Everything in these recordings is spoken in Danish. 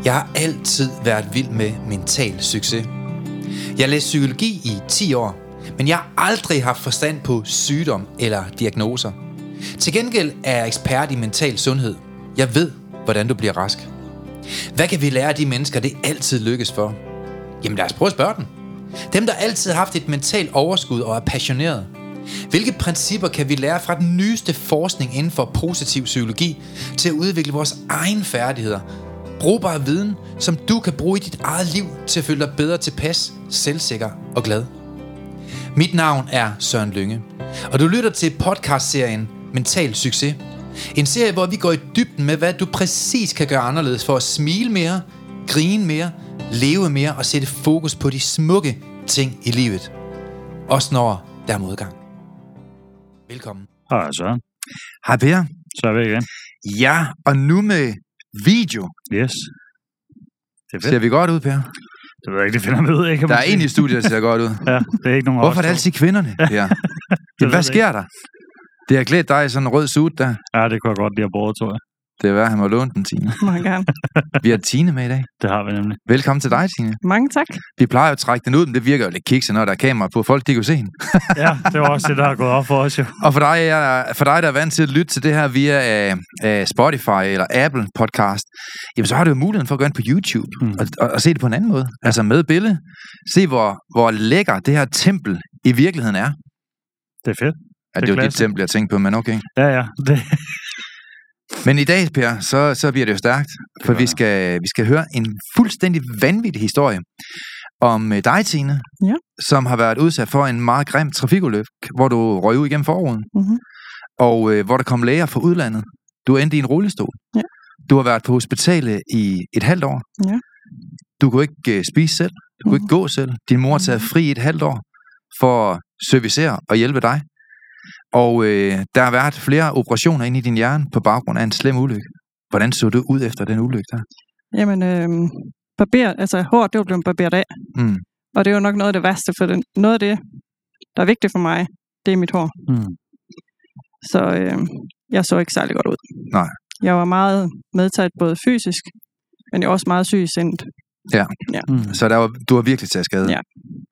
Jeg har altid været vild med mental succes. Jeg læste psykologi i 10 år, men jeg har aldrig haft forstand på sygdom eller diagnoser. Til gengæld er jeg ekspert i mental sundhed. Jeg ved, hvordan du bliver rask. Hvad kan vi lære af de mennesker, det altid lykkes for? Jamen lad os prøve at spørge dem. Dem, der altid har haft et mentalt overskud og er passioneret. Hvilke principper kan vi lære fra den nyeste forskning inden for positiv psykologi til at udvikle vores egne færdigheder? Brugbar viden, som du kan bruge i dit eget liv til at føle dig bedre tilpas, selvsikker og glad. Mit navn er Søren Lynge, og du lytter til podcastserien Mental Succes. En serie, hvor vi går i dybden med, hvad du præcis kan gøre anderledes for at smile mere, grine mere, leve mere og sætte fokus på de smukke ting i livet. Også når der er modgang. Velkommen. Hej Søren. Hej Per. Så er vi igen. Ja, og nu med video. Yes. Det er fedt. Ser vi godt ud, Per? Det ved jeg ikke, det finder man ud af. Der er en i studiet, der ser godt ud. Ja, det er ikke nogen. Hvorfor er det altid kvinderne, Per? Jamen, hvad sker der? Det har klædt dig i sådan en rød suit der. Ja, det kunne jeg godt lide at bruge, tror jeg. Det er værd, han må låne den, Tine. Mange gerne. Vi har Tine med i dag. Det har vi nemlig. Velkommen til dig, Tine. Mange tak. Vi plejer jo at trække den ud, men det virker jo lidt kikset, når der er kamera på. Folk, de kan se hende. Ja, det var også det, der har gået op for os jo. Og for dig, der er vant til at lytte til det her via Spotify eller Apple podcast, jamen så har du jo muligheden for at gå ind på YouTube og se det på en anden måde. Altså med billede. Se, hvor lækker det her tempel i virkeligheden er. Det er fedt. Ja, det er jo dit tempel, jeg tænkte på, men okay. Ja. Det. Men i dag, Per, så bliver det jo stærkt, for vi skal høre en fuldstændig vanvittig historie om dig, Tine, som har været udsat for en meget grim trafikulykke, hvor du røg ud igennem forruden, og hvor der kom læger fra udlandet. Du endte i en rullestol. Ja. Du har været på hospitalet i et halvt år. Ja. Du kunne ikke spise selv. Du kunne ikke gå selv. Din mor tager fri i et halvt år for at servicere og hjælpe dig. Og der har været flere operationer inde i din hjerne på baggrund af en slem ulykke. Hvordan så du ud efter den ulykke der? Jamen, hår, det var blevet barberet af. Og det er jo nok noget af det værste, for noget af det, der er vigtigt for mig, det er mit hår. Så jeg så ikke særlig godt ud. Nej. Jeg var meget medtaget både fysisk, men jeg var også meget syg i sindet. Ja. Så du har virkelig taget skade. Ja.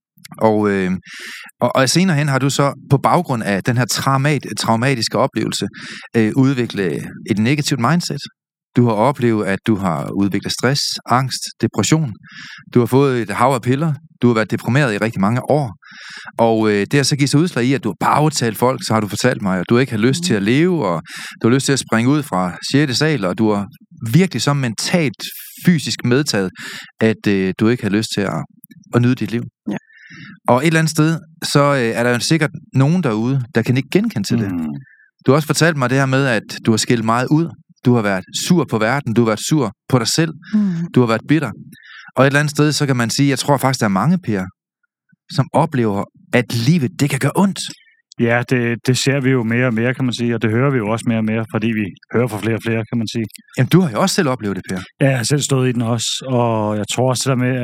Og senere hen har du så på baggrund af den her traumatiske oplevelse udviklet et negativt mindset. Du har oplevet, at du har udviklet stress, angst, depression. Du har fået et hav af piller. Du har været deprimeret i rigtig mange år. Og det har så givet sig udslag i, at du har bare aftalt folk, så har du fortalt mig, at du ikke har lyst til at leve, og du har lyst til at springe ud fra 6. sal, og du har virkelig så mentalt, fysisk medtaget, at du ikke har lyst til at nyde dit liv. Ja. Og et eller andet sted, så er der jo sikkert nogen derude, der kan ikke genkende til det. Du har også fortalt mig det her med, at du har skilt meget ud. Du har været sur på verden, du har været sur på dig selv, du har været bitter. Og et eller andet sted, så kan man sige, jeg tror faktisk, der er mange, Per, som oplever, at livet, det kan gøre ondt. Ja, det ser vi jo mere og mere, kan man sige, og det hører vi jo også mere og mere, fordi vi hører fra flere og flere, kan man sige. Jamen, du har jo også selv oplevet det, Per. Ja, jeg har selv stået i den også, og jeg tror også det der med,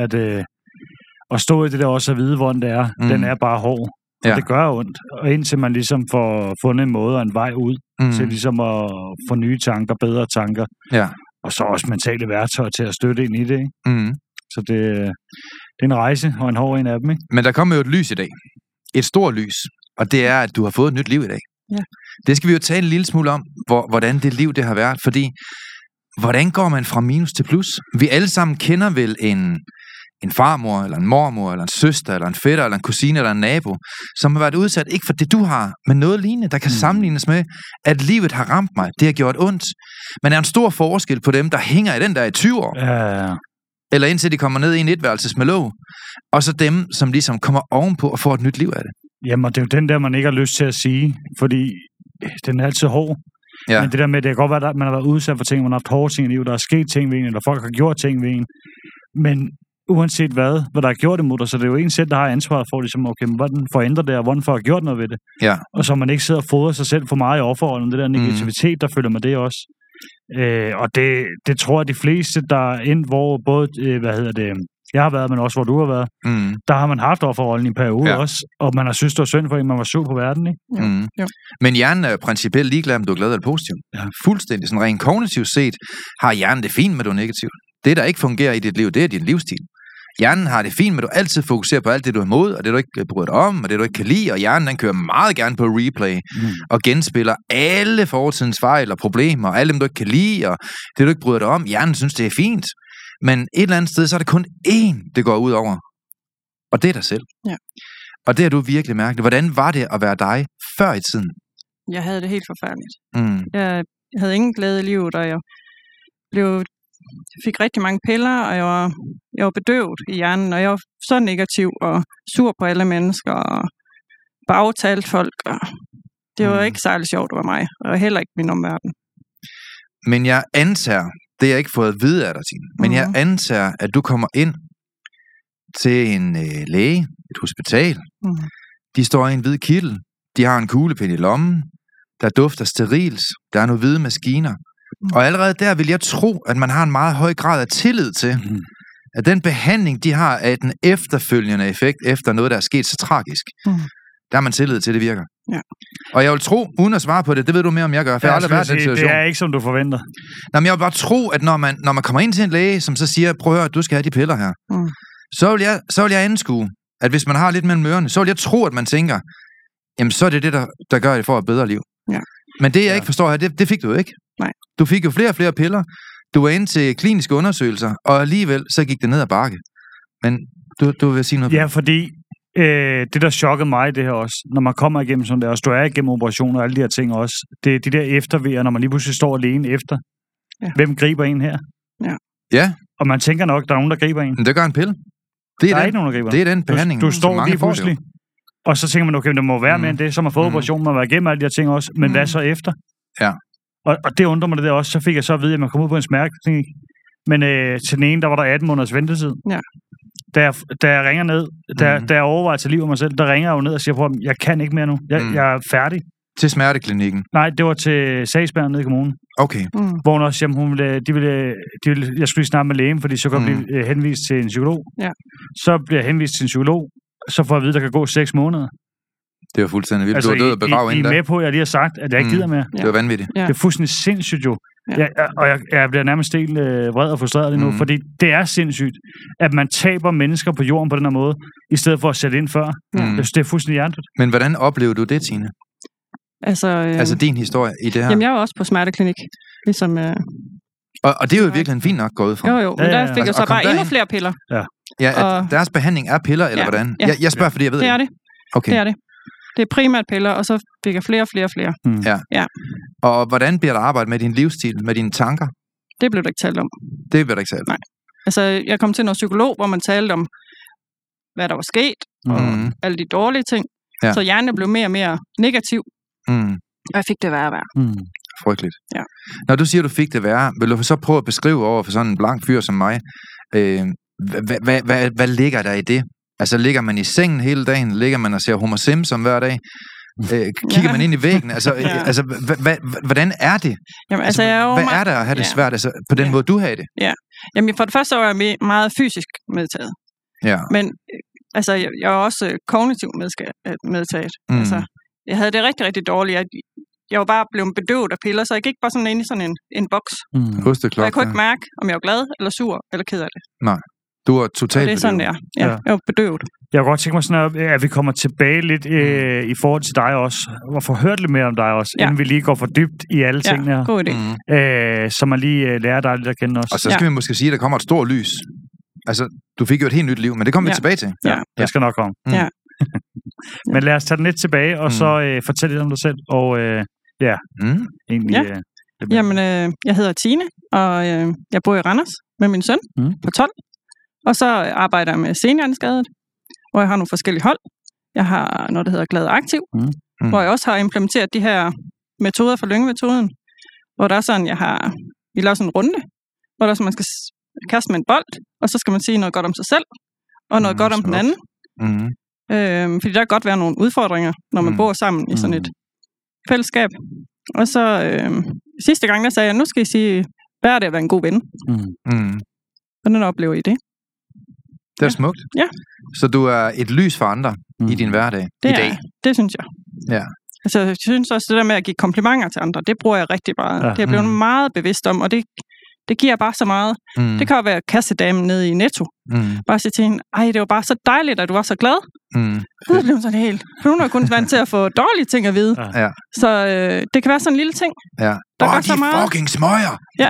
at stå i det der også at vide, hvordan det er, den er bare hård. Og det gør ondt. Og indtil man ligesom får fundet en måde og en vej ud til ligesom at få nye tanker, bedre tanker. Ja. Og så også mentale værktøjer til at støtte ind i det. Ikke? Så det er en rejse og en hård en af dem. Ikke? Men der kommer jo et lys i dag. Et stort lys. Og det er, at du har fået et nyt liv i dag. Ja. Det skal vi jo tale en lille smule om, hvordan det liv det har været. Fordi, hvordan går man fra minus til plus? Vi alle sammen kender vel en farmor, eller en mormor, eller en søster, eller en fætter, eller en kusine, eller en nabo, som har været udsat, ikke for det du har, men noget lignende, der kan sammenlignes med, at livet har ramt mig, det har gjort ondt. Men der er en stor forskel på dem, der hænger i den der i 20 år, eller indtil de kommer ned i en etværelses med låg, og så dem, som ligesom kommer ovenpå og får et nyt liv af det. Jamen, det er jo den der, man ikke har lyst til at sige, fordi den er altid hård. Ja. Men det der med, det kan godt være, at man har været udsat for ting, man har haft hårde ting i livet, der er sket ting ved en, eller folk har gjort ting ved en, men uanset hvad der er gjort imod dig, så det er jo en selv, der har ansvaret for, ligesom, okay, hvordan får ændret det, og hvordan får jeg gjort noget ved det. Ja. Og så man ikke sidder og fodrer sig selv for meget i offerrollen, det der negativitet, der følger med det også. Og det tror jeg, de fleste, der er ind, hvor både, jeg har været, men også hvor du har været, der har man haft offerrollen i en periode også, og man har synes, det var synd for en, man var sur på verden, ikke? Ja. Men hjernen er principielt ligeglad, om du er glad eller positiv. Ja. Fuldstændig. Sådan rent kognitivt set har hjernen det fint med, du er negativ. Det, der ikke fungerer i dit liv, det er din livsstil. Hjernen har det fint, men du altid fokuserer på alt det, du er imod, og det, du ikke bryder dig om, og det, du ikke kan lide, og hjernen, den kører meget gerne på replay, og genspiller alle fortidens fejl og problemer, og alle dem, du ikke kan lide, og det, du ikke bryder dig om. Hjernen synes, det er fint, men et eller andet sted, så er det kun én, det går ud over, og det er dig selv. Ja. Og det har du virkelig mærket. Hvordan var det at være dig før i tiden? Jeg havde det helt forfærdeligt. Jeg havde ingen glæde i livet, og jeg fik rigtig mange piller, og jeg var bedøvet i hjernen, og jeg var så negativ og sur på alle mennesker, og bagtalt folk, og det var ikke særlig sjovt for mig, og heller ikke min omverden. Men jeg antager, det har jeg ikke fået at vide af dig, Tine, men jeg antager, at du kommer ind til en læge, et hospital. De står i en hvid kittel, de har en kuglepen i lommen, der dufter sterils, der er nogle hvide maskiner. Og allerede der vil jeg tro, at man har en meget høj grad af tillid til, at den behandling, de har, er den efterfølgende effekt efter noget, der er sket så tragisk. Der har man tillid til, det virker. Ja. Og jeg vil tro, uden at svare på det, det ved du mere om jeg gør, for jeg har aldrig været i den situation. Det er ikke, som du forventer. Nå, men jeg vil bare tro, at når man kommer ind til en læge, som så siger, prøv at høre, du skal have de piller her, så vil jeg anskue, at hvis man har lidt mellem ørerne, så vil jeg tro, at man tænker, jamen så er det der gør, at det får et bedre liv. Ja. Men det, jeg ikke forstår her, det fik du ikke. Nej. Du fik jo flere og flere piller. Du var inde til kliniske undersøgelser, og alligevel så gik det ned ad bakke. Men du vil sige noget? Ja, fordi det, der chokkede mig, det her også, når man kommer igennem sådan der, og du er igennem operationer og alle de her ting også, det er de der eftervejer, når man lige pludselig står alene efter. Ja. Hvem griber en her? Ja. Og man tænker nok, der er nogen, der griber en. Men det gør en pille. Der er ikke nogen, der griber. Det er den behandling, du står lige pludselig. Og så tænker man, okay, det må være mere end det, som har fået operationen, man har været igennem alle de her ting også, men hvad så efter? Ja. Og det undrer mig det der også, så fik jeg så at vide, at man kom ud på en smerteklinik. Men til den ene, der var der 18 måneders ventetid. Ja. Da jeg ringer ned, da jeg overvejer til liv af mig selv, der ringer jeg jo ned og siger på dem, jeg kan ikke mere nu. Jeg er færdig. Til smerteklinikken? Nej, det var til sagsbehandleren nede i kommunen. Okay. Hvor hun også siger, jeg skulle lige snakke med lægen, fordi så kan jeg blive henvist til en psykolog. Ja. Så bliver jeg henvist til en psykolog, så får jeg at vide, der kan gå 6 måneder. Det var fuldstændig vildt. Altså, du var død og begravet inden da. I er med på, at jeg lige har sagt, at jeg ikke gider mere. Det var vanvittigt. Ja. Det er fuldstændig sindssygt jo. Ja. Jeg bliver nærmest helt vred og frustreret lige nu, fordi det er sindssygt, at man taber mennesker på jorden på den her måde, i stedet for at sætte ind før. Jeg synes, det er fuldstændig hjertet. Men hvordan oplever du det, Tine? Altså din historie i det her? Jamen, jeg var også på smerteklinik. Ligesom, og det er jo virkelig fint nok gået fra. Jo, men der fik jeg så bare endnu flere piller. Ja, deres behandling er piller, eller hvordan? Jeg spørger, fordi jeg ved det. Det er det. Okay. Det er det. Det er primært piller, og så fik jeg flere. Ja. Og hvordan bliver der arbejdet med din livsstil, med dine tanker? Det blev der ikke talt om. Det blev der ikke talt om? Nej. Altså, jeg kom til noget psykolog, hvor man talte om, hvad der var sket, og alle de dårlige ting. Ja. Så hjernen blev mere og mere negativ. Og jeg fik det værre og værre. Frygteligt. Ja. Når du siger, du fik det værre, vil du så prøve at beskrive over for sådan en blank fyr som mig, hvad ligger der i det? Altså, ligger man i sengen hele dagen? Ligger man og ser Homer Simpson hver dag? Kigger man ind i væggen? Altså, hvordan er det? Jamen, altså, hvad er der at have det svært på den måde, du har det? Ja. Jamen, for det første var jeg meget fysisk medtaget. Ja. Men altså, jeg var også kognitivt medtaget. Altså, jeg havde det rigtig, rigtig dårligt. Jeg var bare blevet bedøvet af piller, så jeg gik bare sådan ind i sådan en boks. Og jeg kunne ikke mærke, om jeg var glad, eller sur, eller ked af det. Nej. Du var totalt bedøvet. Det er sådan, ja. Jeg var bedøvet. Jeg kunne godt tænke mig sådan, at vi kommer tilbage lidt i forhold til dig også, og får hørt lidt mere om dig også, inden vi lige går for dybt i alle tingene her. God idé. Så man lige lærer dig lidt at kende også. Og så skal vi måske sige, at der kommer et stort lys. Altså, du fik jo et helt nyt liv, men det kommer vi tilbage til. Ja, det skal nok komme. Ja. Men lad os tage den lidt tilbage, og så fortælle lidt om dig selv. Og egentlig... Jamen, jeg hedder Tine, og jeg bor i Randers med min søn på 12. Og så arbejder jeg med seniorskadet, hvor jeg har nogle forskellige hold. Jeg har noget, der hedder Glad og Aktiv, hvor jeg også har implementeret de her metoder fra lyngemetoden, hvor der er sådan, vi laver sådan en runde, hvor der er sådan, man skal kaste med en bold, og så skal man sige noget godt om sig selv, og noget godt om den anden. Fordi der kan godt være nogle udfordringer, når man bor sammen i sådan et fællesskab. Og så sidste gang, der sagde jeg, nu skal I sige, hvad er det at være en god ven? Hvordan oplever I det? Det er smukt. Ja. Så du er et lys for andre i din hverdag i dag? Det synes jeg. Ja. Altså, jeg synes også, det der med at give komplimenter til andre, det bruger jeg rigtig meget. Ja. Det er jeg blevet meget bevidst om, og det det giver bare så meget. Det kan jo være kassedamen nede i Netto. Bare sige til hende, det var bare så dejligt, at du var så glad. Så blev hun sådan helt. For hun er kun vant til at få dårlige ting at vide. Ja. Så det kan være sådan en lille ting. Ja. Der gør så de meget. Fucking smøger! Ja.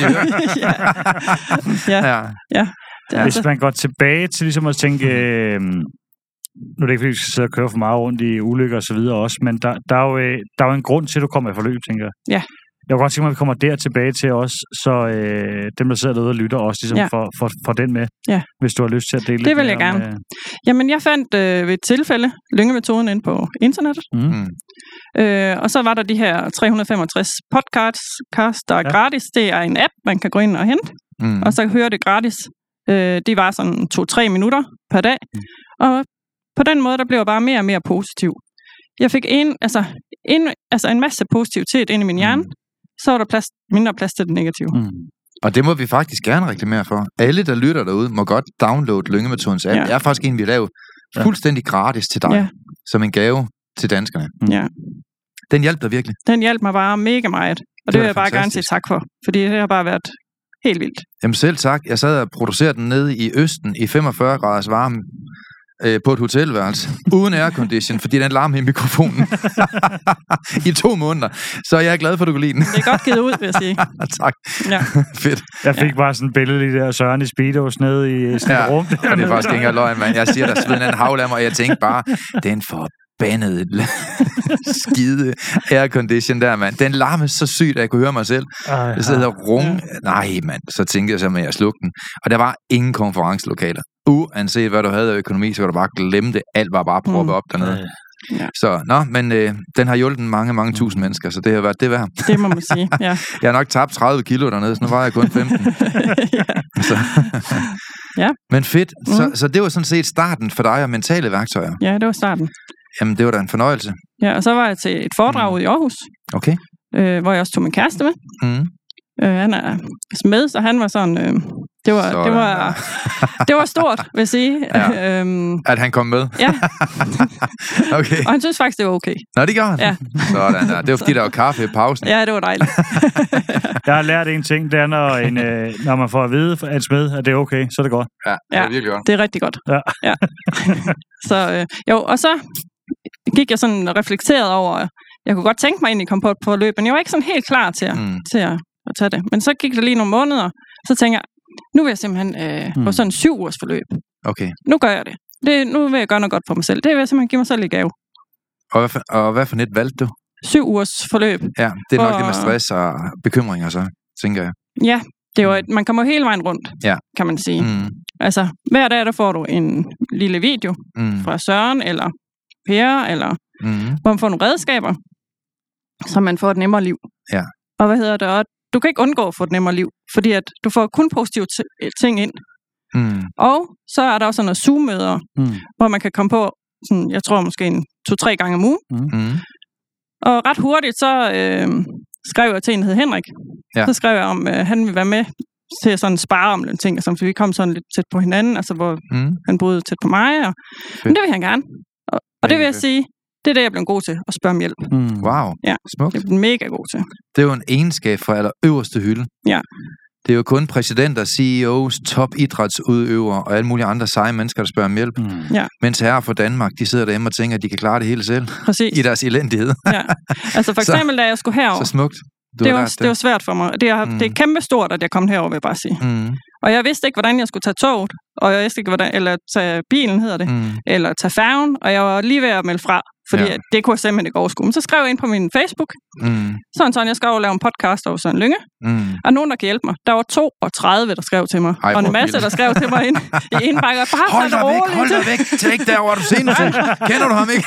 Ja. Hvis man går tilbage til ligesom at tænke, nu er det ikke, fordi vi skal sidde og køre for meget rundt i ulykker og så videre også, men der er jo en grund til, at du kommer i forløb, tænker jeg. Ja. Jeg kunne godt tænke mig, at vi kommer der tilbage til os, så dem, der sidder derude og lytter også, ligesom får den med, hvis du har lyst til at dele det vil jeg gerne. Jamen, jeg fandt ved et tilfælde lyngemetoden inde på internettet. Og så var der de her 365 podcasts, der er gratis. Det er en app, man kan gå ind og hente, og så høre det gratis. Det var sådan 2-3 minutter per dag. Og på den måde, der blev jeg bare mere og mere positiv. Jeg fik en masse positivitet ind i min hjerne, så var der mindre plads til det negative. Og det må vi faktisk gerne reklamere for. Alle, der lytter derude, må godt downloade lyngemetodens app. Det er faktisk en, vi laver fuldstændig gratis til dig, som en gave til danskerne. Ja. Den hjalp dig virkelig? Den hjalp mig bare mega meget. Og det vil jeg bare gerne sige tak for, fordi det har bare været helt vildt. Jamen selv tak. Jeg sad og producerede den nede i Østen i 45 graders varme på et hotelværelse, uden aircondition, fordi den larm i mikrofonen i 2 måneder. Så jeg er glad for, at du kan lide den. Det er godt givet ud, vil jeg sige. Tak. Ja. Fedt. Jeg fik bare sådan et billede af der Søren i Speedos nede i sådan et rum. Ja, det er faktisk ikke engang løgn, mand. Jeg siger, der sveden en havlammer, og jeg tænkte bare, den forbandede skide aircondition der, mand. Den larmede så sygt, at jeg kunne høre mig selv. Jeg sidder og runge. Nej, mand. Så tænkte jeg så, at jeg slugte den. Og der var ingen konferencelokaler. Uanset hvad du havde af økonomi, så kunne du bare glemme det. Alt var bare proppet op dernede. Ja. Så, men den har hjulpet mange tusind mennesker, så det har været det værd. Det må man sige, ja. Jeg har nok tabt 30 kilo dernede, så nu var jeg kun 15. Ja. Men fedt. Så det var sådan set starten for dig og mentale værktøjer. Ja, det var starten. Jamen, det var da en fornøjelse. Ja, og så var jeg til et foredrag ude i Aarhus. Okay. Hvor jeg også tog min kæreste med. Han er smed, så han var sådan... Det var stort, vil jeg sige. Ja. At han kom med? Ja. Okay. Og han synes faktisk, det var okay. Nå, det gjorde han? Ja. Sådan der. Det var fordi, der var kaffe i pausen. Ja, det var dejligt. Jeg har lært en ting, det er, når man får at vide af en smed, at det er okay, så er det godt. Ja, det er virkelig godt. Det er rigtig godt. Ja. Så og så gik jeg sådan og reflekterede over, jeg kunne godt tænke mig egentlig at komme på et forløb, men jeg var ikke sådan helt klar til at tage det. Men så gik der lige nogle måneder, så tænkte jeg, nu vil jeg simpelthen på sådan en 7 ugers forløb. Okay. Nu gør jeg det. Nu vil jeg gøre noget godt for mig selv. Det vil jeg simpelthen give mig selv i gave. Og hvad for net valgte du? 7 ugers forløb. Ja, det er nok det med stress og bekymringer, så tænker jeg. Ja, det er jo man kommer hele vejen rundt, kan man sige. Altså, hver dag der får du en lille video fra Søren eller Per, eller hvor man får nogle redskaber, så man får et nemmere liv. Ja. Og og du kan ikke undgå at få et nemmere liv, fordi at du får kun positive ting ind. Og så er der også sådan noget Zoom-møder, hvor man kan komme på, sådan, jeg tror måske 2-3 gange om ugen. Og ret hurtigt, så skrev jeg til en, der hed Henrik. Ja. Så skrev jeg om, han vil være med til sådan spare om nogle ting, så vi kom sådan lidt tæt på hinanden, altså hvor han boede tæt på mig. Men det vil han gerne. Og det vil jeg sige, det er det, jeg er blevet god til, at spørge om hjælp. Wow, ja, smukt. Det er blevet mega god til. Det er jo en egenskab fra allerøverste hylde. Ja. Det er jo kun præsidenter, CEOs, topidrætsudøvere og alle mulige andre seje mennesker, der spørger om hjælp. Ja. Mens herrer fra Danmark, de sidder derhjemme og tænker, at de kan klare det hele selv. Præcis. I deres elendighed. Ja. Altså for eksempel, da jeg skulle herover. Så smukt. Det var svært for mig. Det er kæmpestort, at jeg kom herover, vil jeg bare sige. Og jeg vidste ikke, hvordan jeg skulle tage toget, og jeg vidste ikke, eller tage bilen, hedder det, eller tage færgen, og jeg var lige ved at melde fra, fordi det kunne jeg simpelthen ikke overskue. Men så skrev jeg ind på min Facebook, sådan, jeg skal over lave en podcast over Søren Lynge, og nogen, der kan hjælpe mig. Der var 32, der skrev til mig, og en masse, der skrev til mig ind i indbakker. Hold dig væk, tag ikke derovre, du sindssygt. Kender du ham ikke?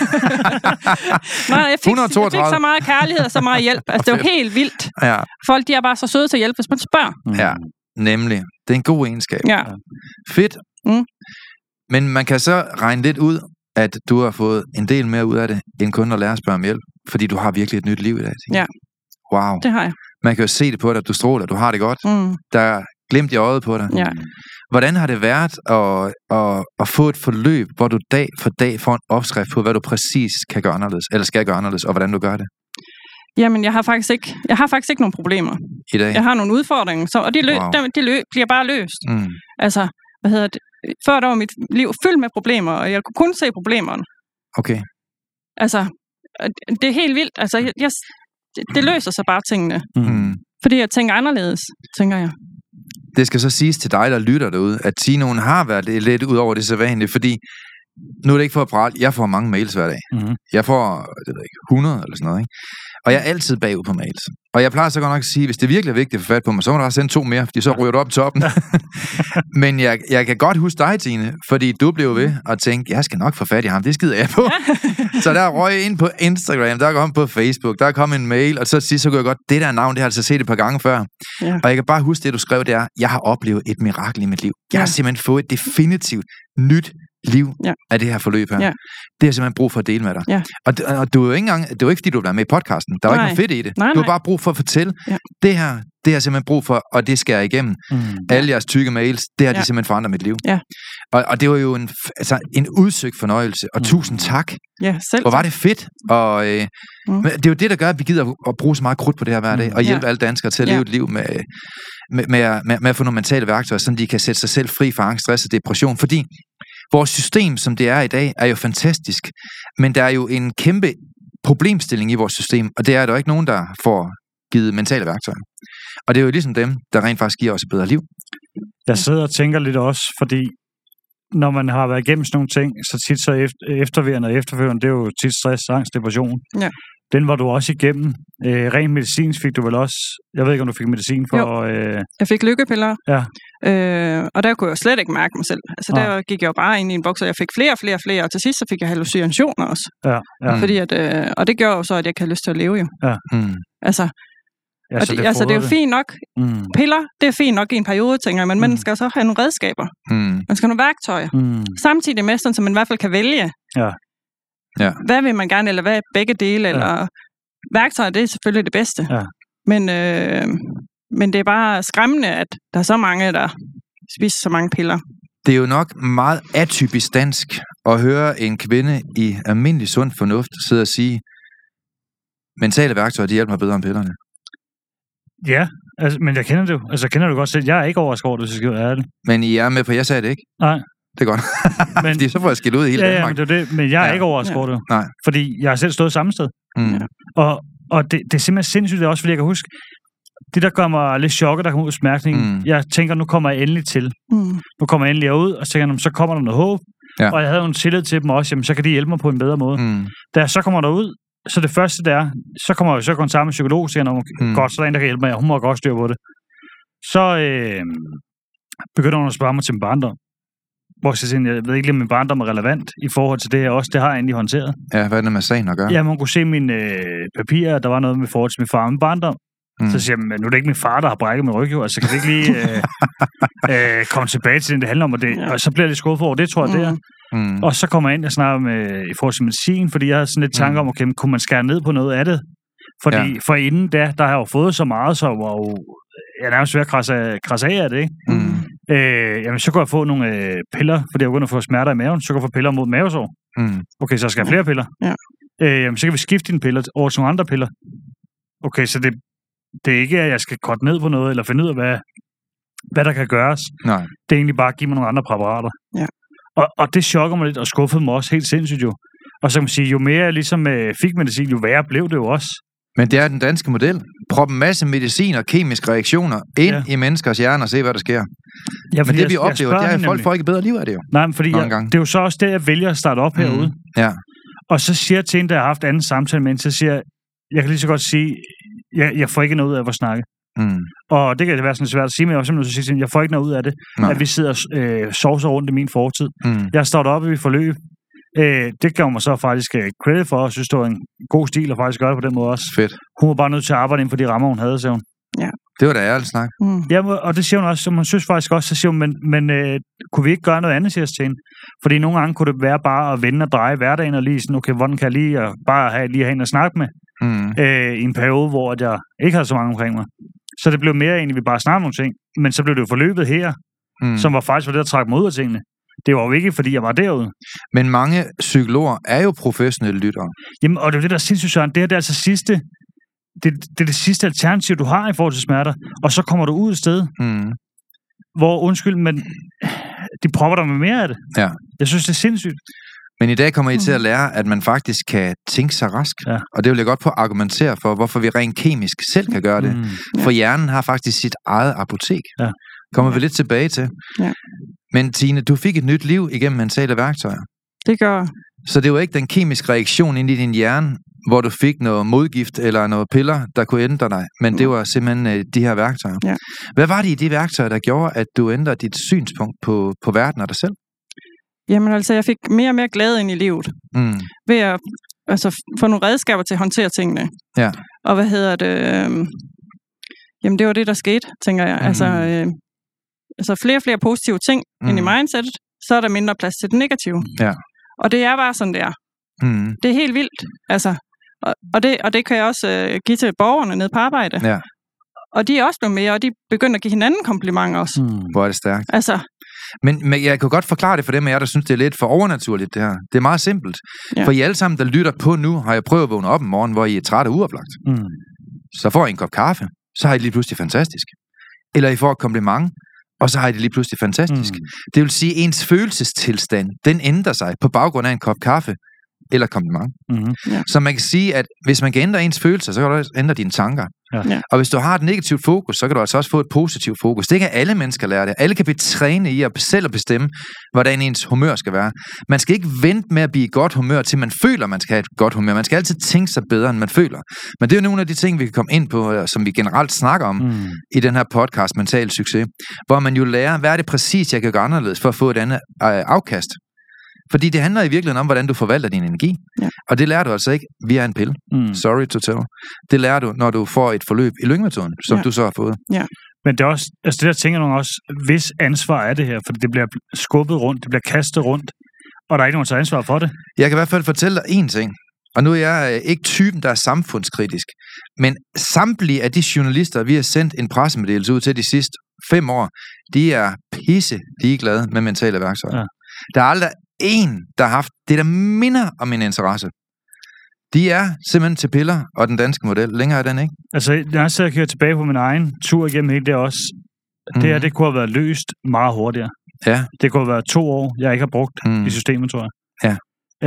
Nej, jeg fik så meget kærlighed og så meget hjælp. Altså, det var helt vildt. Ja. Folk, de er bare så søde til at hjælpe, hvis man spørger. Ja, nemlig. Det er en god egenskab. Ja. Fedt. Men man kan så regne lidt ud, at du har fået en del mere ud af det, end kun at lære at spørge om hjælp. Fordi du har virkelig et nyt liv i dag. Ja. Wow. Det har jeg. Man kan jo se det på dig, at du stråler, du har det godt. Der er glimt i øjet på dig. Ja. Hvordan har det været at få et forløb, hvor du dag for dag får en opskrift på, hvad du præcis kan gøre anderledes, eller skal gøre anderledes, og hvordan du gør det? Jamen, jeg har faktisk ikke nogen problemer. I dag? Jeg har nogle udfordringer, og de bliver bare løst. Altså, før der var mit liv fyldt med problemer, og jeg kunne kun se problemerne. Okay. Altså, det er helt vildt. Altså, det løser sig bare tingene. Fordi jeg tænker anderledes, tænker jeg. Det skal så siges til dig, der lytter derude, at Tinoen har været lidt ud over det sædvanlige, fordi nu er det ikke for at prale, jeg får mange mails hver dag. Jeg får, det ved jeg ikke, 100 eller sådan noget, ikke? Og jeg er altid bagud på mails. Og jeg plejer så godt nok at sige, hvis det virkelig er vigtigt at få fat på mig, så må du også sende 2 mere, fordi så ryger du op toppen. Men jeg kan godt huske dig, Tine, fordi du blev ved at tænke, jeg skal nok få fat i ham, det skider jeg på. Så der røg jeg ind på Instagram, der kom på Facebook, der kom en mail, og så sidst så kunne jeg godt, det der navn, det har jeg altså set et par gange før. Ja. Og jeg kan bare huske det, du skrev, det er, jeg har oplevet et mirakel i mit liv. Jeg har simpelthen fået et definitivt nyt liv af det her forløb her. Ja. Det har jeg simpelthen brug for at dele med dig. Ja. Og du er jo ikke engang, det var ikke fordi, du var med i podcasten. Der var ikke noget fedt i det. Du har bare brug for at fortælle, det her, det har jeg simpelthen brug for, og det skal jeg igennem. Alle jeres tykke mails, det har de simpelthen forandret mit liv. Ja. Og det var jo en udsøgt fornøjelse, og tusind tak. Ja, selv. Hvor var det fedt. Og det er jo det, der gør, at vi gider at bruge så meget krudt på det her hver dag, og hjælpe alle danskere til at leve et liv med at få nogle mentale værktøjer, så de kan sætte sig selv fri fra angst, stress og depression. Fordi vores system, som det er i dag, er jo fantastisk, men der er jo en kæmpe problemstilling i vores system, og det er der ikke nogen, der får givet mentale værktøjer. Og det er jo ligesom dem, der rent faktisk giver os et bedre liv. Jeg sidder og tænker lidt også, fordi når man har været igennem sådan nogle ting, så tit så efterværende og efterfølgende, det er jo tit stress, angst, depression. Ja. Den var du også igennem. Rent medicinsk fik du vel også... Jeg ved ikke, om du fik medicin for... Jeg fik lykkepiller. Ja. Og der kunne jeg slet ikke mærke mig selv. Altså der gik jeg jo bare ind i en boks, og jeg fik flere, og til sidst så fik jeg hallucinationer også. Ja. Fordi og det gjorde jo så, at jeg ikke havde lyst til at leve jo. Ja. Altså... Ja, det er jo fint nok. Piller, det er fint nok i en periode, tænker jeg, men man skal så have nogle redskaber. Man skal have nogle værktøjer. Samtidig med sådan, så man i hvert fald kan vælge. Ja. Ja. Hvad vil man gerne, eller hvad er begge dele, eller værktøjer, det er selvfølgelig det bedste. Ja. Men det er bare skræmmende, at der er så mange, der spiser så mange piller. Det er jo nok meget atypisk dansk at høre en kvinde i almindelig sund fornuft sidde og sige, mentale værktøjer, de hjælper mig bedre end pillerne. Ja, altså, men jeg kender det jo. Altså, jeg kender det godt selv. Jeg er ikke overrasket over det, hvis jeg skal være ærlig. Men I er med på, jeg sagde det ikke? Nej. Det er godt. Men, fordi så får jeg skilt ud i hele Danmark. Ja, men det er det. Men jeg er ikke overrasket over det. Nej. Fordi jeg har selv stået samme sted. Og det er simpelthen sindssygt, det også, fordi jeg kan huske, det der gør mig lidt chokket, der kommer ud af smærkningen. Jeg tænker, nu kommer jeg endelig til. Nu kommer jeg endelig ud, og så tænker jeg, så kommer der noget håb. Ja. Og jeg havde jo en tillid til dem også, jamen så kan de hjælpe mig på en bedre måde. Da jeg så kommer derud, så det første der, så kommer jeg så kontakt med psykolog, og siger, godt, så er der en, der kan hjælpe mig, hun må godt styre på det. Så begynder hun at spørge mig til min barndom. Hvor jeg siger, jeg ved ikke, om min barndom er relevant i forhold til det her også, det har jeg egentlig håndteret. Ja, hvad er det med sagen at gøre? Ja, man kunne se mine papirer, der var noget med forhold til min far og min barndom. Så siger jeg, nu er det ikke min far, der har brækket min ryg, jo. Altså, kan vi ikke lige komme tilbage til det handler om, og så bliver jeg lidt skuffet over det, tror jeg, det er. Og så kommer jeg ind og snakker med, i forhold til medicin, fordi jeg havde sådan lidt tanker om, okay, kunne man skære ned på noget af det? Fordi for inden der har jeg jo fået så meget, så var jo, jeg nærmest ved at krasse af det, ikke? Jamen, så kunne jeg få nogle piller, fordi jeg begynder at få smerter i maven, så kan jeg få piller mod mavesår. Okay, så skal jeg flere piller. Ja. Jamen, så kan vi skifte dine piller over til nogle andre piller. Okay, så det er ikke, at jeg skal korte ned på noget, eller finde ud af, hvad der kan gøres. Nej. Det er egentlig bare at give mig nogle andre præparater. Ja. Og det chokker mig lidt, og skuffede mig også helt sindssygt jo. Og så kan man sige, jo mere jeg ligesom fik medicin, jo værre blev det jo også. Men det er den danske model. Prop en masse medicin og kemiske reaktioner ind i menneskers hjerner og se, hvad der sker. Ja, men det vi oplever, det er, at folk får ikke bedre liv af det jo. Nej, men fordi det er jo så også det, jeg vælger at starte op herude. Ja. Og så siger jeg til en, der har haft anden samtale med en, så siger jeg kan lige så godt sige, jeg får ikke noget ud af at snakke. Og det kan det være sådan svært at sige, men jeg er simpelthen sige, jeg får ikke noget ud af det, at vi sidder og sovser rundt i min fortid. Jeg har startet op i forløb. Det gav mig så faktisk credit for, og synes, det var en god stil at faktisk gøre det på den måde også. Fedt. Hun var bare nødt til at arbejde inden for de rammer, hun havde, sagde hun. Ja. Det var da ærligt snak. Ja, og det siger hun også, så man synes faktisk også, så siger hun, men kunne vi ikke gøre noget andet, siger til hende? Fordi nogle gange kunne det være bare at vende og dreje hverdagen, og lige sådan, okay, hvordan kan jeg lige bare have en at snakke med? I en periode, hvor jeg ikke havde så mange omkring mig. Så det blev mere egentlig, vi bare snakkede om nogle ting. Men så blev det jo forløbet her, som var faktisk det, der trak mig ud af tingene. Det var jo ikke, fordi jeg var derude. Men mange psykologer er jo professionelle lyttere. Jamen, og det er jo det, der sindssygt, Søren. Det her, det er altså sidste det er det sidste alternativ, du har i forhold til smerter, og så kommer du ud et sted, hvor, men de propper dig med mere af det. Ja. Jeg synes, det er sindssygt. Men i dag kommer I til at lære, at man faktisk kan tænke sig rask. Ja. Og det vil jeg godt på at argumentere for, hvorfor vi rent kemisk selv kan gøre det. For hjernen har faktisk sit eget apotek. Ja. Kommer vi lidt tilbage til. Ja. Men Tine, du fik et nyt liv igennem mentale værktøjer. Det gør. Så det var ikke den kemiske reaktion ind i din hjerne, hvor du fik noget modgift eller noget piller, der kunne ændre dig. Men det var simpelthen de her værktøjer. Ja. Hvad var det i de værktøjer, der gjorde, at du ændrede dit synspunkt på verden og dig selv? Jamen altså, jeg fik mere og mere glæde ind i livet. Ved at få nogle redskaber til at håndtere tingene. Ja. Og jamen det var det, der skete, tænker jeg. Altså flere og flere positive ting ind i mindsetet, så er der mindre plads til det negative. Ja. Og det er bare sådan, det er. Det er helt vildt. Altså, og det kan jeg også give til borgerne nede på arbejde. Ja. Og de er også blevet mere, og de begynder at give hinanden komplimenter også. Hvor er det stærkt. Altså. Men jeg kan godt forklare det for dem af jer, der synes, det er lidt for overnaturligt, det her. Det er meget simpelt. Ja. For I alle sammen, der lytter på nu, har jeg prøvet at vågne op om morgenen, hvor I er trætte og uoplagt. Så får I en kop kaffe, så har I det lige pludselig fantastisk. Eller I får et kompliment, og så har I det lige pludselig fantastisk. Det vil sige, at ens følelsestilstand, den ændrer sig på baggrund af en kop kaffe eller kompliment. Ja. Så man kan sige, at hvis man kan ændre ens følelser, så kan du også ændre dine tanker. Ja. Og hvis du har et negativt fokus, så kan du altså også få et positivt fokus. Det kan alle mennesker lære det. Alle kan blive trænet i at selv bestemme, hvordan ens humør skal være. Man skal ikke vente med at blive i godt humør, til man føler, man skal have et godt humør. Man skal altid tænke sig bedre, end man føler. Men det er jo nogle af de ting, vi kan komme ind på, som vi generelt snakker om i den her podcast, Mental Succes, hvor man jo lærer, hvad er det præcis, jeg kan gøre anderledes for at få et andet afkast. Fordi det handler i virkeligheden om, hvordan du forvalter din energi. Ja. Og det lærer du altså ikke via en pille. Sorry to tell. Det lærer du, når du får et forløb i Lyngmetoden, som du så har fået. Ja. Men det er også, altså det der tænker nogle også, hvis ansvar er det her, for det bliver skubbet rundt, det bliver kastet rundt, og der er ikke nogen, der tager ansvar for det. Jeg kan i hvert fald fortælle dig én ting. Og nu er jeg ikke typen, der er samfundskritisk. Men samtlige af de journalister, vi har sendt en pressemeddelelse ud til de sidste 5 år, de er pisse ligeglade med mentale værktøjer. Ja. Der er aldrig en, der har haft det, der minder om min interesse. De er simpelthen til piller og den danske model. Længere er den, ikke? Altså, jeg sidder og kigger tilbage på min egen tur igennem hele det også. Det her, det kunne have været løst meget hurtigere. Ja. Det kunne have været 2 år, jeg ikke har brugt i systemet, tror jeg. Ja.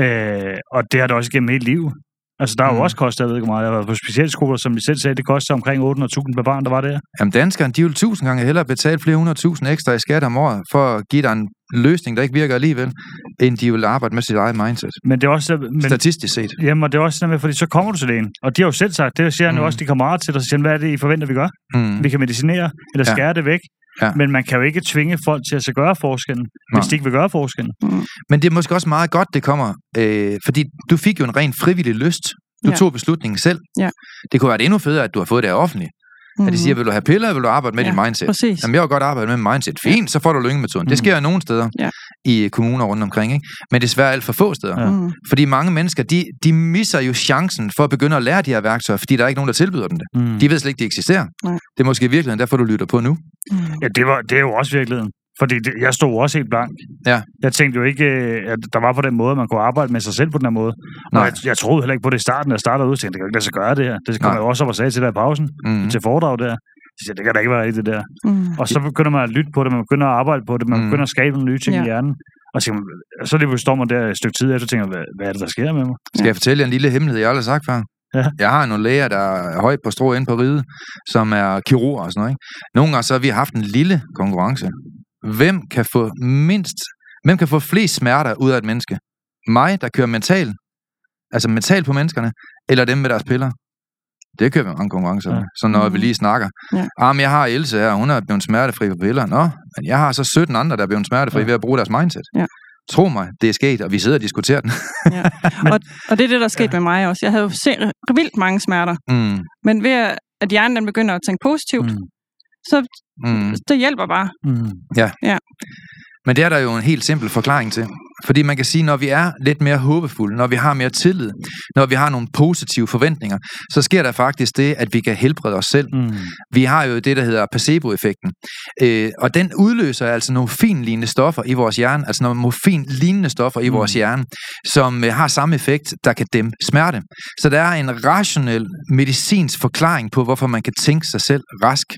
Og det har det også igennem hele livet. Altså, der er jo også kostet, jeg ved ikke meget. Jeg har været på specialskoler, som vi selv sagde, det koster omkring 800.000 per barn, der var der. Jamen, danskerne, de vil 1000 gange hellere betale flere 100.000 ekstra i skat om året, for at give dig en løsning, der ikke virker alligevel, end de vil arbejde med sit eget mindset. Men det er også... statistisk set. Jamen, og det er også sådan, fordi så kommer du til lægen. Og de har jo selv sagt, det siger han jo også, de kammerater til dig, så siger, hvad er det, I forventer, vi gør? Vi kan medicinere, eller skære det væk. Ja. Men man kan jo ikke tvinge folk til at så gøre forskellen, hvis de ikke vil gøre forskellen. Men det er måske også meget godt, det kommer, fordi du fik jo en ren frivillig lyst. Du tog beslutningen selv. Ja. Det kunne være endnu federe, at du har fået det offentligt. At de siger, vil du have piller, eller vil du arbejde med dit mindset? Præcis. Jamen, jeg vil godt arbejde med mindset. Fint, så får du Lyngmetoden. Det sker jo nogle steder i kommuner rundt omkring, ikke? Men desværre alt for få steder. Fordi mange mennesker, de misser jo chancen for at begynde at lære de her værktøjer, fordi der er ikke nogen, der tilbyder dem det. De ved slet ikke, de eksisterer. Det er måske i virkeligheden derfor, du lytter på nu. Ja, det er jo også virkeligheden. Fordi jeg stod også helt blank. Ja. Jeg tænkte jo ikke, at der var på den måde, man kunne arbejde med sig selv på den her måde. Og jeg troede heller ikke på det i starten. Jeg startede ud og tænkte, det kan ikke lade sig gøre det her. Det kommer jeg også op og sagde til dig i pausen, til foredrag der. Så jeg, det kan da ikke være rigtigt det der. Og så begynder man at lytte på det, man begynder at arbejde på det, man begynder at skabe nogle nye ting i hjernen. Og så lige står man der et stykke tid efter og tænker, hvad er det, der sker med mig? Skal jeg fortælle jer en lille hemmelighed, jeg aldrig har sagt før? Ja. Jeg har nogle læger, der er højt på strå inde på ride, som er kirurger og sådan noget. Ikke? Nogle gange så har vi haft en lille konkurrence. Hvem kan få flest smerter ud af et menneske? Mig, der kører mental på menneskerne, eller dem med deres piller? Det kører vi mange konkurrencer med, så når vi lige snakker. Men jeg har Else her, hun er blevet smertefri på piller. Men jeg har så 17 andre, der er blevet smertefri ved at bruge deres mindset. Ja. Tro mig, det er sket, og vi sidder og diskuterer den. Og det er det, der er sket med mig også. Jeg havde jo vildt mange smerter. Men ved at hjernen den begynder at tænke positivt, så det hjælper bare. Ja. Men det er der jo en helt simpel forklaring til. Fordi man kan sige, når vi er lidt mere håbefulde, når vi har mere tillid, når vi har nogle positive forventninger, så sker der faktisk det, at vi kan helbrede os selv. Vi har jo det, der hedder placebo-effekten. Og den udløser altså nogle morfinlignende stoffer i vores hjerne, altså nogle morfinlignende stoffer i vores hjerne, som har samme effekt, der kan dæmpe smerte. Så der er en rationel medicinsk forklaring på, hvorfor man kan tænke sig selv rask.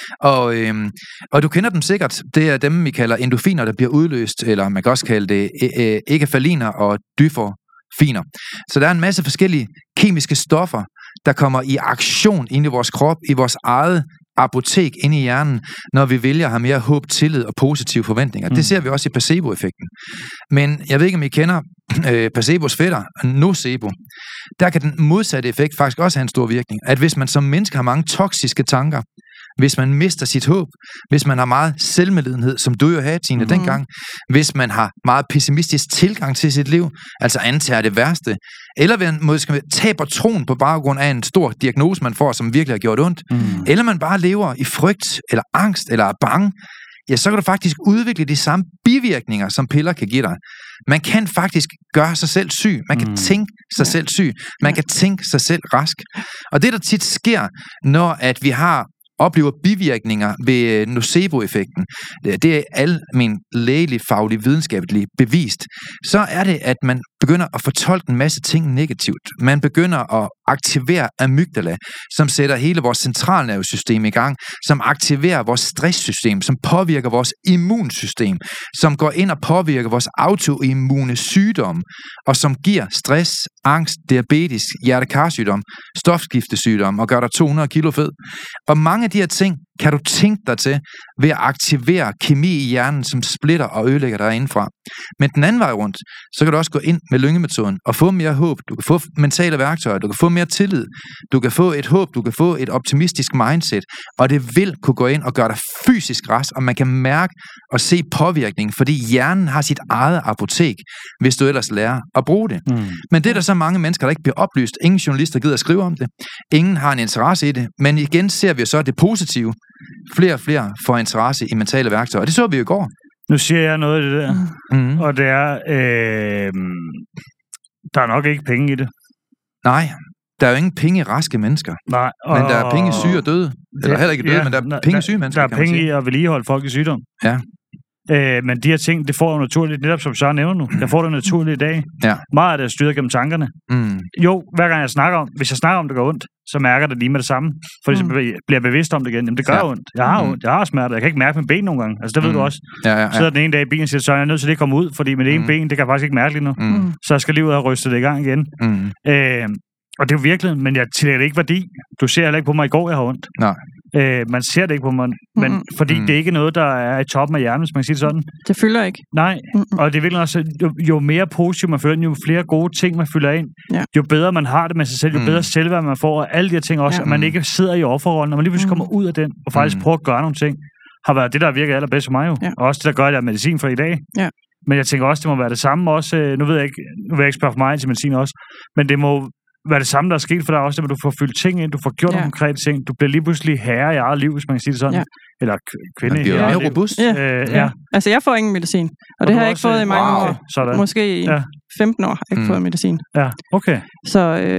Og du kender dem sikkert. Det er dem, vi kalder endorfiner, der bliver udløst, eller man kan også kalde det enkefaliner og dyforfiner. Så der er en masse forskellige kemiske stoffer, der kommer i aktion inde i vores krop, i vores eget apotek inde i hjernen, når vi vælger at have mere håb, tillid og positive forventninger. Det ser vi også i placebo-effekten. Men jeg ved ikke, om I kender placebos fætter, nocebo. Der kan den modsatte effekt faktisk også have en stor virkning. At hvis man som menneske har mange toksiske tanker, hvis man mister sit håb, hvis man har meget selvmedlidenhed, som du jo havde, Tine, dengang, hvis man har meget pessimistisk tilgang til sit liv, altså antager det værste, eller man måske taber troen på baggrund af en stor diagnose, man får, som virkelig har gjort ondt, eller man bare lever i frygt, eller angst, eller er bange, ja, så kan du faktisk udvikle de samme bivirkninger, som piller kan give dig. Man kan faktisk gøre sig selv syg. Man kan tænke sig selv syg. Man kan tænke sig selv rask. Og det, der tit sker, når at vi oplever bivirkninger ved nocebo-effekten, det er almen lægelig, faglig, videnskabeligt bevist, så er det, at man begynder at fortolke en masse ting negativt. Man begynder at aktivere amygdala, som sætter hele vores centralnervesystem i gang, som aktiverer vores stresssystem, som påvirker vores immunsystem, som går ind og påvirker vores autoimmune sygdomme, og som giver stress, angst, diabetes, hjertekarsygdom, stofskiftesygdom og gør dig 200 kilo fed. Og mange af de her ting kan du tænke dig til ved at aktivere kemi i hjernen, som splitter og ødelægger dig indenfra. Men den anden vej rundt, så kan du også gå ind med lyngemetoden og få mere håb. Du kan få mentale værktøjer, du kan få mere tillid, du kan få et håb, du kan få et optimistisk mindset, og det vil kunne gå ind og gøre dig fysisk rask, og man kan mærke og se påvirkning, fordi hjernen har sit eget apotek, hvis du ellers lærer at bruge det. Men det er der så mange mennesker, der ikke bliver oplyst. Ingen journalister gider at skrive om det. Ingen har en interesse i det. Men igen ser vi jo så det positive. Flere og flere får interesse i mentale værktøjer. Og det så vi jo i går. Nu siger jeg noget af det der, og det er, der er nok ikke penge i det. Nej, der er jo ingen penge i raske mennesker. Nej. Men der er penge i syge og døde. Eller heller ikke døde, men der er penge i syge mennesker. Der er penge i at vedligeholde folk i sygdom. Ja. Men de her ting, det får jo naturligt, netop som Søren nævner nu. Jeg får det naturligt i dag. Ja. Meget af det er styret gennem tankerne. Jo, hver gang hvis jeg snakker om det går ondt, så mærker det lige med det samme. Fordi så bliver jeg bevidst om det igen. Jamen, det gør ondt. Jeg har ondt. Jeg har smerter. Jeg kan ikke mærke min ben nogle gange. Altså, det ved du også. Ja. Sidder den ene dag i bilen og siger, så er jeg nødt til at komme ud, fordi mit ene ben, det kan jeg faktisk ikke mærke lige nu. Så jeg skal lige ud og ryste det i gang igen. Og det er jo virkelig, men jeg tillægger det ikke værdi. Du ser heller ikke på mig i går, jeg har ondt. Nej. Man ser det ikke på mig, men fordi det er ikke noget, der er i toppen af hjernen, hvis man kan sige det sådan. Det fylder ikke. Nej, og det er virkelig også, jo mere positivt man føler, jo flere gode ting man fylder ind, jo bedre man har det med sig selv, jo bedre selvværd man får, og alle de her ting også, at man ikke sidder i offerrollen, når man lige pludselig kommer ud af den, og faktisk prøver at gøre nogle ting, har været det, der virker allerbedst for mig jo. Og også det, der gør, at jeg er medicin for i dag. Ja. Men jeg tænker også, det må være det samme også, nu vil jeg ikke spørge for mig til medicin også, men det må være det samme, der er sket for dig også, at du får fyldt ting ind, du får gjort nogle konkrete ting, du bliver lige pludselig herre i eget liv, hvis man kan sige det sådan. Ja. Eller kvinde i eget liv. Mere robust. Ja. Altså, jeg får ingen medicin, og det har jeg ikke fået i mange år. Sådan. Måske i 15 år har jeg ikke fået medicin. Ja, okay. Så,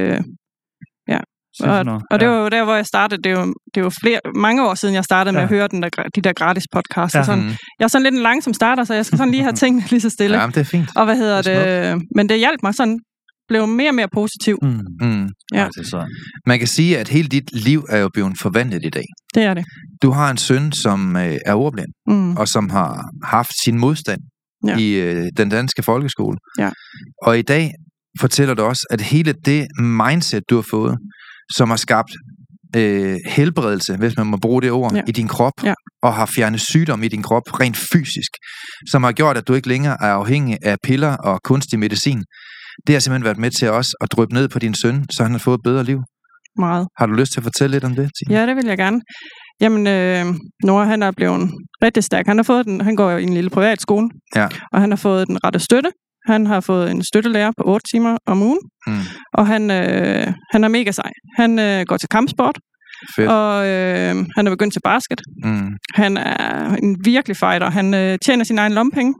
og det var jo der, hvor jeg startede. Det er jo mange år siden, jeg startede med at høre de der gratis podcasts. Og sådan. Jeg er sådan lidt en langsom starter, så jeg skal sådan lige have tingene lige så stille. Ja, det er fint. Og men det hjalp mig sådan, blev mere og mere positiv. Ja. Man kan sige, at hele dit liv er jo blevet forvandlet i dag. Det er det. Du har en søn, som er ordblind, og som har haft sin modstand i den danske folkeskole. Ja. Og i dag fortæller du også, at hele det mindset, du har fået, som har skabt helbredelse, hvis man må bruge det ord, i din krop, og har fjernet sygdom i din krop, rent fysisk, som har gjort, at du ikke længere er afhængig af piller og kunstig medicin. Det har simpelthen været med til også at dryppe ned på din søn, så han har fået et bedre liv. Meget. Har du lyst til at fortælle lidt om det, Tine? Ja, det vil jeg gerne. Jamen, Nora, han er blevet rigtig stærk. Han går jo i en lille privatskole, og han har fået den rette støtte. Han har fået en støttelærer på 8 timer om ugen, og han er mega sej. Han går til kampsport. Fedt. Og han er begyndt til basket. Han er en virkelig fighter. Han tjener sin egen lommepenge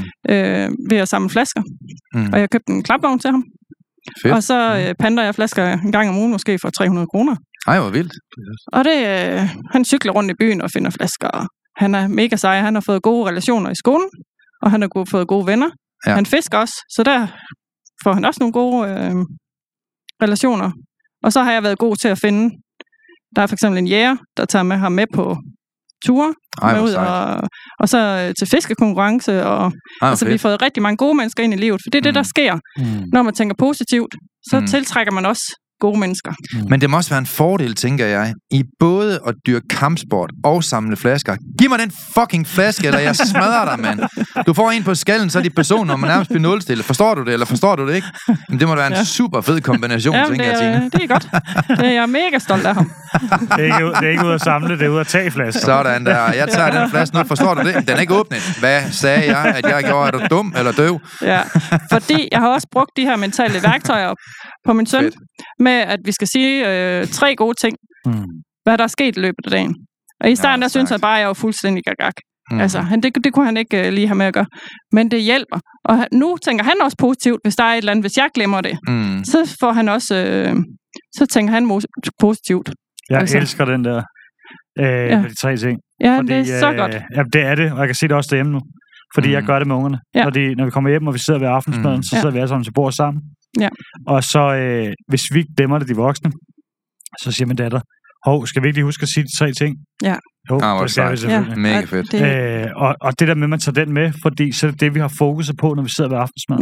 ved at samle flasker. Og jeg købte en klapvogn til ham. Fedt. Og så panter jeg flasker en gang om ugen, måske for 300 kroner. Ej, hvor vildt. Og han cykler rundt i byen og finder flasker. Han er mega sej. Han har fået gode relationer i skolen, og han har fået gode venner. Ja. Han fisker også, så der får han også nogle gode relationer. Og så har jeg været god til at finde, der er for eksempel en jæger, der tager med ham med på ture, ud og så til fiskekonkurrence, og altså vi har fået rigtig mange gode mennesker ind i livet, for det er det, der sker. Når man tænker positivt, så tiltrækker man også gode mennesker. Men det må også være en fordel, tænker jeg, i både at dyrke kampsport og samle flasker. Giv mig den fucking flaske, eller jeg smadrer dig, mand. Du får en på skallen, så er de personer, når man nærmest bliver nulstillet. Forstår du det, eller forstår du det ikke? Men det må da være en super fed kombination, tænker jeg, Tine. Det er godt. Jeg er mega stolt af ham. Det er ikke ud at samle, det er ud at tage flasker. Sådan der. Jeg tager den flaske nu. Forstår du det? Den er ikke åbnet. Hvad sagde jeg, at jeg gjorde? Er du dum eller døv? Ja, fordi jeg har også brugt de her mentale værktøjer på min søn, med at vi skal sige 3 gode ting, hvad der er sket i løbet af dagen. Og i starten, der synes jeg bare, at jeg var fuldstændig gagag. Altså, det kunne han ikke lige have med at gøre. Men det hjælper. Og nu tænker han også positivt, hvis der er et eller andet, hvis jeg glemmer det. Så får han også, så tænker han positivt. Jeg elsker den der, med de 3 ting. Ja, fordi, det er så godt. Ja, det er det, og jeg kan se det også derhjemme nu. Fordi jeg gør det med ungerne. Ja. Når vi kommer hjem, og vi sidder ved aftensmaden, så sidder vi alle sammen til bord sammen. Ja. Og så, hvis vi ikke glemmer det, de voksne, så siger min datter, skal vi ikke lige huske at sige de 3 ting? Ja. Jo, det skal vi selvfølgelig. Mega fedt. Og det der med, at man tager den med, fordi så er det vi har fokus på, når vi sidder ved aftensmaden.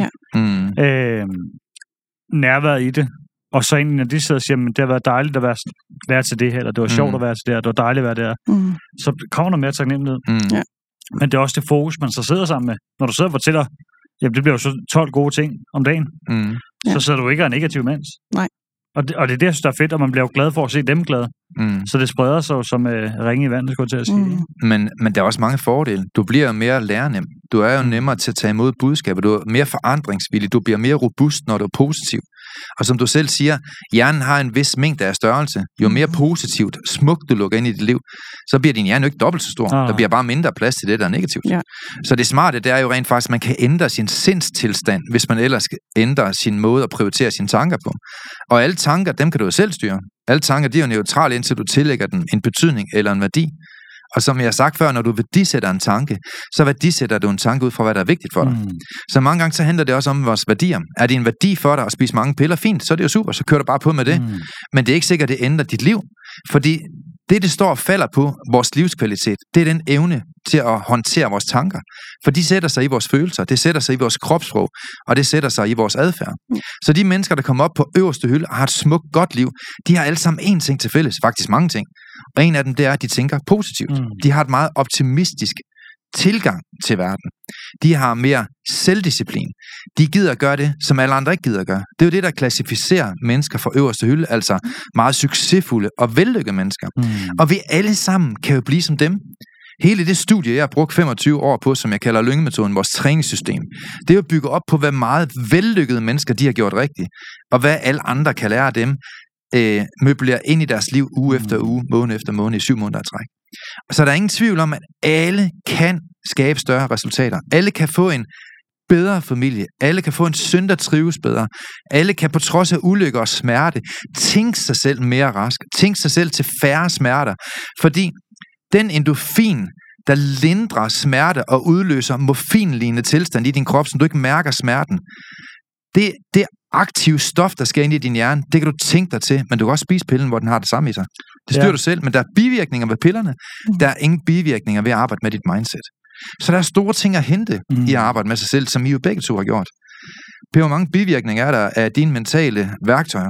Ja. Nærværet i det. Og så egentlig, når de sidder og siger, det har været dejligt at være til det her, eller det var sjovt at være til det her, det var dejligt at være der, så kommer der mere taknemmelighed. Ja. Men det er også det fokus, man så sidder sammen med. Når du sidder og fortæller, det bliver jo så 12 gode ting om dagen, så sidder du ikke og er negativ mens. Nej. Og det er det, jeg synes, der er fedt, og man bliver jo glad for at se dem glade. Så det spreder sig jo som ringe i vandet, skulle jeg til at sige. Men der er også mange fordele. Du bliver mere lærenem. Du er jo nemmere til at tage imod budskaber. Du er mere forandringsvillig. Du bliver mere robust, når du er positiv. Og som du selv siger, hjernen har en vis mængde af størrelse. Jo mere positivt, smukt du lukker ind i dit liv, så bliver din hjerne jo ikke dobbelt så stor. Der bliver bare mindre plads til det, der er negativt. Ja. Så det smarte, det er jo rent faktisk, at man kan ændre sin sindstilstand, hvis man ellers ændrer sin måde at prioritere sine tanker på. Og alle tanker, dem kan du jo selv styre. Alle tanker, de er jo neutrale, indtil du tillægger den en betydning eller en værdi. Og som jeg har sagt før, når du værdisætter en tanke, så værdisætter du en tanke ud fra, hvad der er vigtigt for dig. Så mange gange, så handler det også om vores værdier. Er det en værdi for dig at spise mange piller? Fint, så er det jo super, så kører du bare på med det. Men det er ikke sikkert, at det ændrer dit liv. Fordi det står og falder på vores livskvalitet, det er den evne til at håndtere vores tanker. For de sætter sig i vores følelser, det sætter sig i vores kropssprog, og det sætter sig i vores adfærd. Så de mennesker, der kommer op på øverste hylde og har et smukt, godt liv, de har alle sammen én ting til fælles, faktisk mange ting. Og en af dem, det er, at de tænker positivt. De har et meget optimistisk tilgang til verden. De har mere selvdisciplin. De gider at gøre det, som alle andre ikke gider at gøre. Det er jo det, der klassificerer mennesker fra øverste hylde, altså meget succesfulde og vellykkede mennesker. Og vi alle sammen kan jo blive som dem. Hele det studie, jeg har brugt 25 år på, som jeg kalder lyngemetoden, vores træningssystem, det er jo bygget op på, hvad meget vellykkede mennesker de har gjort rigtigt, og hvad alle andre kan lære af dem, møblerer ind i deres liv uge efter uge, måned efter måned, i 7 måneder at træk. Så der er ingen tvivl om, at alle kan skabe større resultater. Alle kan få en bedre familie. Alle kan få en søn, der trives bedre. Alle kan på trods af ulykker og smerte tænke sig selv mere rask. Tænke sig selv til færre smerter. Fordi den endorfin, der lindrer smerte og udløser morfinlignende tilstand i din krop, som du ikke mærker smerten, det aktive stof, der skal ind i din hjerne, det kan du tænke dig til, men du kan også spise pillen, hvor den har det samme i sig. Det styrer du selv, men der er bivirkninger ved pillerne. Der er ingen bivirkninger ved at arbejde med dit mindset. Så der er store ting at hente i at arbejde med sig selv, som I jo begge to har gjort. Hvor mange bivirkninger er der af dine mentale værktøjer?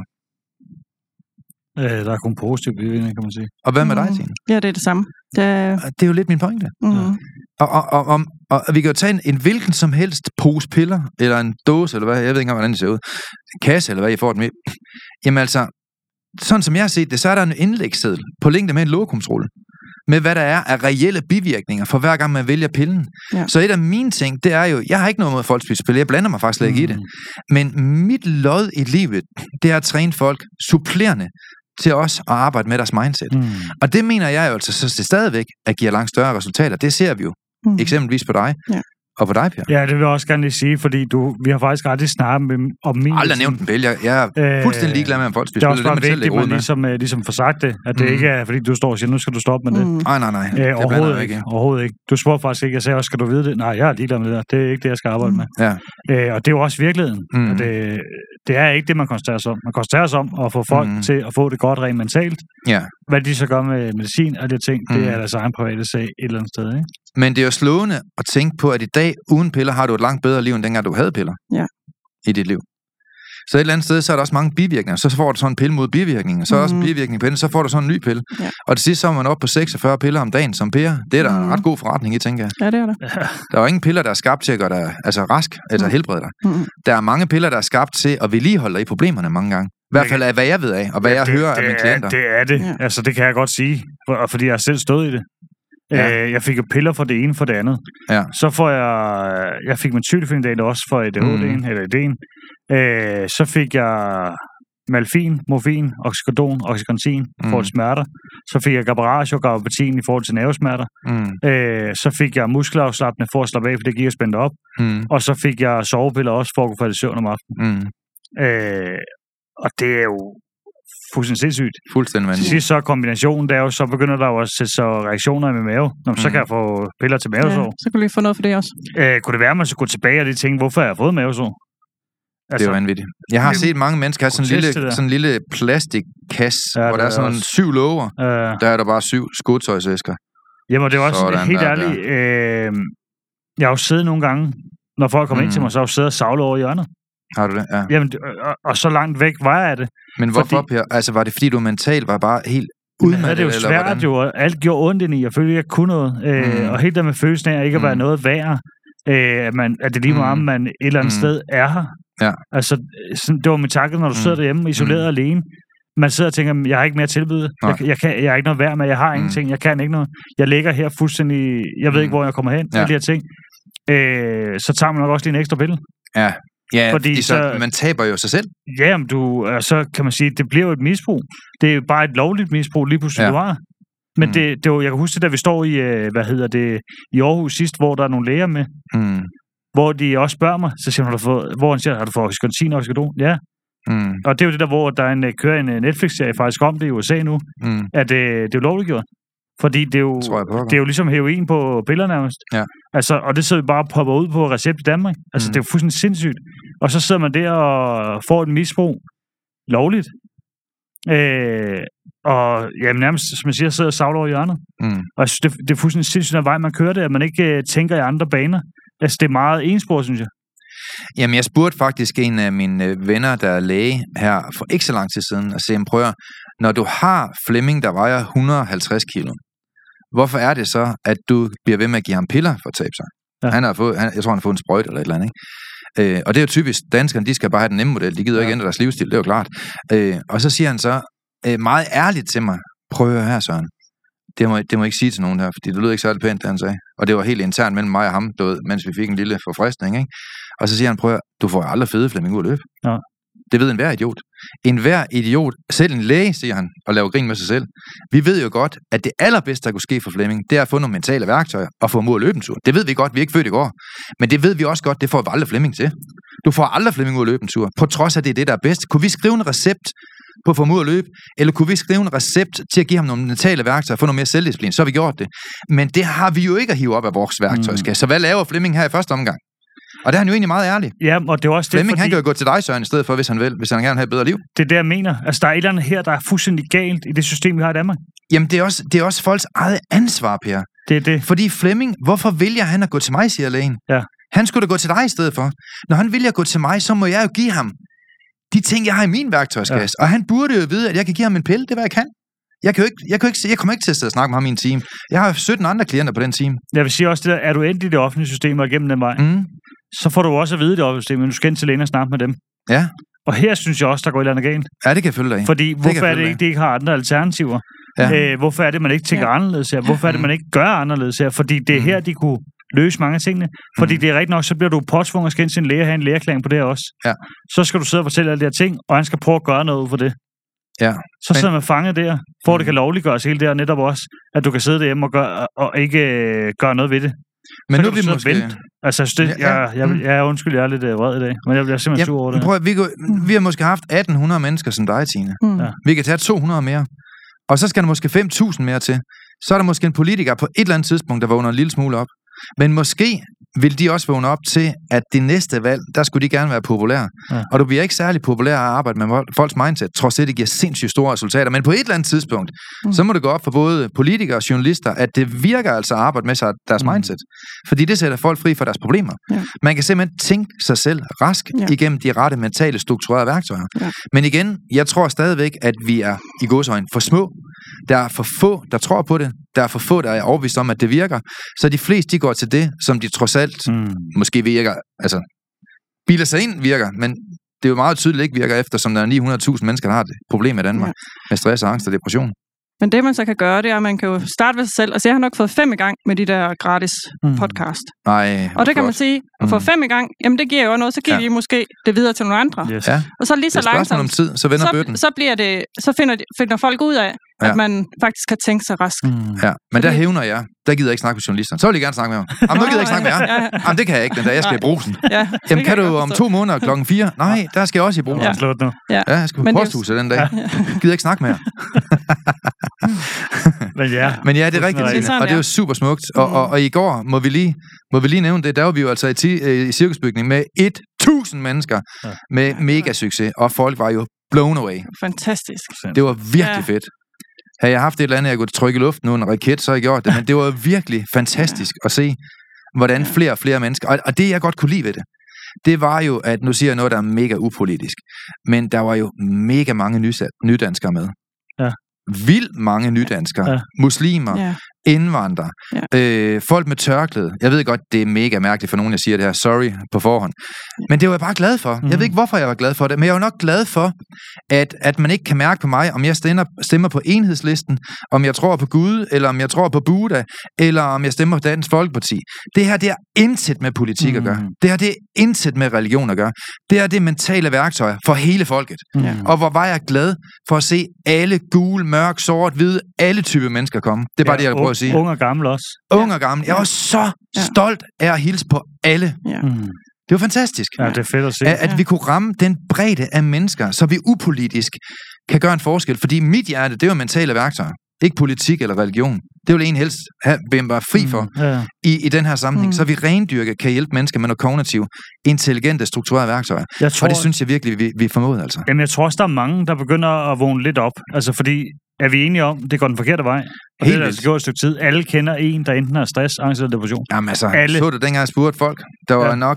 Der er kun positive bivirkninger, kan man sige. Og hvad med dig, Tine? Ja, det er det samme. Det er jo lidt min pointe. Og vi kan jo tage en hvilken som helst pose piller, eller en dåse, eller hvad, jeg ved ikke engang, hvordan det ser ud, en kasse, eller hvad I får det med. Jamen altså, sådan som jeg har set det, så er der en indlægsseddel på længde med en lokumsrulle, med hvad der er af reelle bivirkninger, for hver gang man vælger pillen. Ja. Så et af mine ting, det er jo, jeg har ikke noget mod folk spiser piller, jeg blander mig faktisk slet ikke i det, men mit lod i livet, det er at træne folk supplerende til også at arbejde med deres mindset. Og det mener jeg jo altså, så det stadigvæk at giver langt større resultater. Det ser vi jo. Eksempelvis på dig. Ja. Og på dig, Per. Ja, det vil jeg også gerne lige sige, fordi vi har faktisk aldrig snakket om min... Aldrig nævnt en pille. Jeg er fuldstændig ligeglad med, om folk spiser. Det er også bare vigtigt, at man ligesom får sagt det. At det ikke er, fordi du står og siger, nu skal du stoppe med det. Nej. Overhovedet ikke. Du spurgte faktisk ikke. Jeg sagde også, skal du vide det? Nej, jeg er ligeglad med det der. Det er ikke det, jeg skal arbejde med. Ja. Og det er jo også virkeligheden. Og det er ikke det, man koncentrerer sig om. Man koncentrerer sig om at få folk til at få det godt rent mentalt. Ja. Hvad de så gør med medicin og det ting, det er deres egen private sag et eller andet sted, ikke? Men det er jo slående at tænke på, at i dag uden piller har du et langt bedre liv, end dengang du havde piller i dit liv. Så et eller andet sted, så er der også mange bivirkninger. Så får du sådan en pille mod bivirkninger. Så er der også en bivirkning på den, så får du sådan en ny pille. Ja. Og til sidst så er man oppe på 46 piller om dagen som Per. Det er da en ret god forretning, I tænker. Ja, det er der. Der er jo ingen piller, der er skabt til at gøre dig rask, altså helbrede dig. Der er mange piller, der er skabt til at vedligeholde dig i problemerne mange gange. I hvert fald af, hvad jeg ved af, og hvad jeg hører af mine klienter. Det er det. Ja. Altså, det kan jeg godt sige. Fordi jeg har selv stået i det. Ja. Jeg fik jo piller for det ene for det andet. Ja. Så får jeg fik metylfenidat også for ADHD'en, eller ideen. Så fik jeg Malfin, morfin, oxycodon, oxycontin i forhold til smerter. Så fik jeg gabarage og gabapentin i forhold til nervesmerter. Så fik jeg muskelafslappende for at slappe af, for det giver spændt op. Og så fik jeg sovepiller også for at kunne falde i søvn om aftenen. Og det er jo fuldstændig sindssygt. Fuldstændig vanvittigt. Til sidst så kombinationen, der er jo, så begynder der jo at sætte så reaktioner i min mave. Så kan jeg få piller til mavesår. Ja, så kunne du lige få noget for det også. Kunne det være, at man så gå tilbage og lige tænke, hvorfor har jeg fået mavesår? Altså, det er jo vanvittigt. Jeg har set mange mennesker have sådan en lille plastikkasse, hvor der er sådan 7 låger. Der er der bare 7 skotøjsæsker. Jamen, det er også sådan, helt ærligt. Jeg har jo siddet nogle gange, når folk kommer ind til mig, så har jeg jo siddet og savlet over hjørnet. Har du det? Ja. Jamen, og så langt væk var jeg det. Men hvorfor, Per? Altså, var det fordi, du mentalt var bare helt udmattet? Det er jo svært jo, og alt gjorde ondt ind i. Jeg følte, at jeg kunne noget. Og helt der med følelsen af ikke at være noget værd. At det lige meget, man et eller andet sted er her. Ja. Altså, det var min tanke, når du sidder derhjemme, isoleret alene. Man sidder og tænker, jeg har ikke mere at tilbyde. Jeg er ikke noget værd med, jeg har ingenting. Jeg kan ikke noget. Jeg ligger her fuldstændig. Jeg ved ikke, hvor jeg kommer hen. Alle de her ting. Så tager man nok også lige en ekstra pille. Ja. Ja, fordi så man taber jo sig selv. Ja, men så kan man sige, det bliver jo et misbrug. Det er jo bare et lovligt misbrug, lige pludselig du har. Men det var, jeg kan huske det, da vi står i, i Aarhus sidst, hvor der er nogle læger med, hvor de også spørger mig, så siger har du fået oxycontin og oxycodon? Ja. Og det er jo det der, hvor der kører en Netflix-serie faktisk om det i USA nu, at det er jo lovligt gjort. Fordi det er jo ligesom heroin på piller nærmest. Ja. Altså, og det sidder vi bare og popper ud på recept i Danmark. Altså, det er jo fuldstændig sindssygt. Og så sidder man der og får et misbrug lovligt. Og jamen, nærmest, som jeg siger, sidder og savler over hjørnet. Og jeg synes, det er fuldstændig sindssygt, at vej man kører det, at man ikke tænker i andre baner. Altså, det er meget enspor, synes jeg. Jamen, jeg spurgte faktisk en af mine venner, der er læge her for ikke så lang tid siden, og sagde, prøv at, når du har Flemming, der vejer 150 kilo, hvorfor er det så, at du bliver ved med at give ham piller for at tabe sig? Ja. Jeg tror, han har fået en sprøjt eller et eller andet, ikke? Og det er jo typisk, danskerne, de skal bare have den nemme model, de gider ikke ændre deres livsstil, det er jo klart. Og så siger han så meget ærligt til mig, prøv at høre her, Søren, det må ikke sige til nogen her, fordi det lød ikke særlig pænt, det han sagde. Og det var helt internt mellem mig og ham, mens vi fik en lille forfriskning, ikke? Og så siger han, prøv at du får aldrig fede Flemming ud at løbe. Ja. Det ved enhver idiot. Enhver idiot, selv en læge, siger han, og laver grin med sig selv. Vi ved jo godt, at det allerbedste, der kunne ske for Flemming, det er at få nogle mentale værktøjer og få ham ud at løbe en tur. Det ved vi godt, vi er ikke født i går. Men det ved vi også godt, det får vi aldrig Flemming til. Du får aldrig Flemming ud at løbe en tur, på trods af det er det, der er bedst. Kunne vi skrive en recept på at få ham ud at løbe, eller kunne vi skrive en recept til at give ham nogle mentale værktøjer og få noget mere selvdisciplin, så har vi gjort det. Men det har vi jo ikke at hive op af vores værktøjskasse. Så hvad laver Flemming her i første omgang? Og der er han jo egentlig meget ærlig. Ja, og det er også Flemming, han kan jo gå til dig, Søren, i stedet for, hvis han vil, hvis han gerne vil have et bedre liv. Det er det, jeg mener. Altså, der er et eller andet her, der er fuldstændig galt i det system, vi har i Danmark. Jamen, det er også folks eget ansvar, Per. Det er det. Fordi Flemming, hvorfor vælger han at gå til mig, siger lægen? Ja. Han skulle da gå til dig i stedet for. Når han vælger at gå til mig, så må jeg jo give ham de ting, jeg har i min værktøjskasse. Ja. Og han burde jo vide, at jeg kan give ham en pille, det er, hvad jeg kan. Jeg kommer ikke til at sidde og snakke med ham i en time. Jeg har 17 andre klienter på den time. Jeg vil sige også, det der, er du endt i det offentlige system og igennem den vej, så får du også at vide det offentlige system, men du skal ind til lægen og snakke med dem. Ja. Og her synes jeg også, der går et eller andet galt. Ja, det kan jeg følge dig i. Fordi hvorfor er det ikke, de ikke har andre alternativer? Ja. Hvorfor er det, man ikke tænker anderledes her? Hvorfor er det, man ikke gør anderledes her? Fordi det er her, de kunne løse mange af tingene. Fordi det er rigtigt nok, så bliver du påtvunget og skal ind til en læge og have en lægeerklæring på det her også. Ja. Så skal du sidde og fortælle alle de her ting, og han skal prøve at gøre noget ud for det. Ja. Så sidder man fanget der, for det kan lovliggøres hele der, netop også, at du kan sidde derhjemme og ikke gøre noget ved det. Men nu er vi måske... Altså, undskyld, jeg er lidt vred i dag, men jeg bliver simpelthen sur over det. Prøv, vi har måske haft 1800 mennesker som dig, Tine. Ja. Vi kan tage 200 mere. Og så skal der måske 5.000 mere til. Så er der måske en politiker på et eller andet tidspunkt, der vågner en lille smule op. Men måske vil de også vågne op til, at det næste valg, der skulle de gerne være populære. Ja. Og du bliver ikke særlig populær at arbejde med folks mindset, trods det giver sindssygt store resultater. Men på et eller andet tidspunkt, så må det gå op for både politikere og journalister, at det virker altså at arbejde med sig deres mindset. Fordi det sætter folk fri for deres problemer. Ja. Man kan simpelthen tænke sig selv rask igennem de rette mentale strukturerede værktøjer. Ja. Men igen, jeg tror stadigvæk, at vi er i gåseøjne for små. Der er for få, der tror på det. Der er for få, der er overbevist om, at det virker. Så de fleste, de går til det, som de trods alt måske virker, altså bilder sig ind virker, men det er jo meget tydeligt ikke virker, eftersom der er 900.000 mennesker, der har et problem i Danmark med stress, angst og depression. Men det, man så kan gøre, det er, at man kan jo starte ved sig selv. Altså, jeg har nok fået 5 i gang med de der gratis podcast. Nej, og det kan man sige, at få 5 i gang, jamen det giver jo noget, så giver de måske det videre til nogle andre. Yes. Ja. Og så lige så langsomt, om tid, så vender bøtten. Så finder folk ud af, at man faktisk kan tænke sig rask. Ja, men der hævner jeg. Der gider jeg ikke snakke med journalisterne. Så vil jeg gerne snakke med ham. Jamen, nu gider jeg ikke snakke med jer. Jamen, det kan jeg ikke, den der. Jeg skal i Brugsen. Jamen, kan du om 2 måneder klokken 4? Nej, der skal jeg også i Brugsen. Ja, jeg skal på posthuset den dag. Jeg gider ikke snakke med jer. Men ja, det er rigtigt, og det er jo super smukt. Og i går må vi lige nævne det. Der var vi jo altså i cirkusbygning med 1.000 mennesker med mega succes, og folk var jo blown away. Fantastisk. Det var virkelig fedt. Havde jeg haft et eller andet, jeg kunne trykke i luften under en raket, så havde jeg gjort det. Men det var virkelig fantastisk at se, hvordan flere og flere mennesker... Og det, jeg godt kunne lide ved det var jo, at nu siger jeg noget, der er mega upolitisk, men der var jo mega mange nydanskere med. Ja. Vildt mange nydanskere. Muslimer. Indvandrere. Folk med tørklæde. Jeg ved godt, det er mega mærkeligt for nogen, jeg siger det her. Sorry på forhånd. Men det var jeg bare glad for. Jeg ved ikke, hvorfor jeg var glad for det, men jeg var nok glad for, at man ikke kan mærke på mig, om jeg stemmer på Enhedslisten, om jeg tror på Gud, eller om jeg tror på Buddha, eller om jeg stemmer på Dansk Folkeparti. Det her, det er intet med politik at gøre. Det her, det er intet med religion at gøre. Det her, det er mentale værktøjer for hele folket. Og hvor var jeg glad for at se alle gule, mørk, sort, hvide, alle typer mennesker komme. Det er bare det, jeg vil prøve at sige. Ung og gammel også. Ung og gammel. Jeg var så stolt af at hilse på alle. Det var fantastisk. Ja, det er fedt at se. At vi kunne ramme den bredde af mennesker, så vi upolitisk kan gøre en forskel. Fordi mit hjerte, det er jo mentale værktøjer. Ikke politik eller religion. Det vil en helst have være fri for i den her sammenhæng. Så vi rendyrke kan hjælpe mennesker med noget kognitivt, intelligente, strukturerede værktøjer. Og det synes jeg virkelig, vi formåede altså. Jamen, jeg tror også, der er mange, der begynder at vågne lidt op. Altså, fordi er vi enige om, det går den forkerte vej? Og det er altså gjort et stykke tid. Alle kender en, der enten har stress, angst eller depression. Jamen altså, så det dengang jeg spurgte folk. Der var nok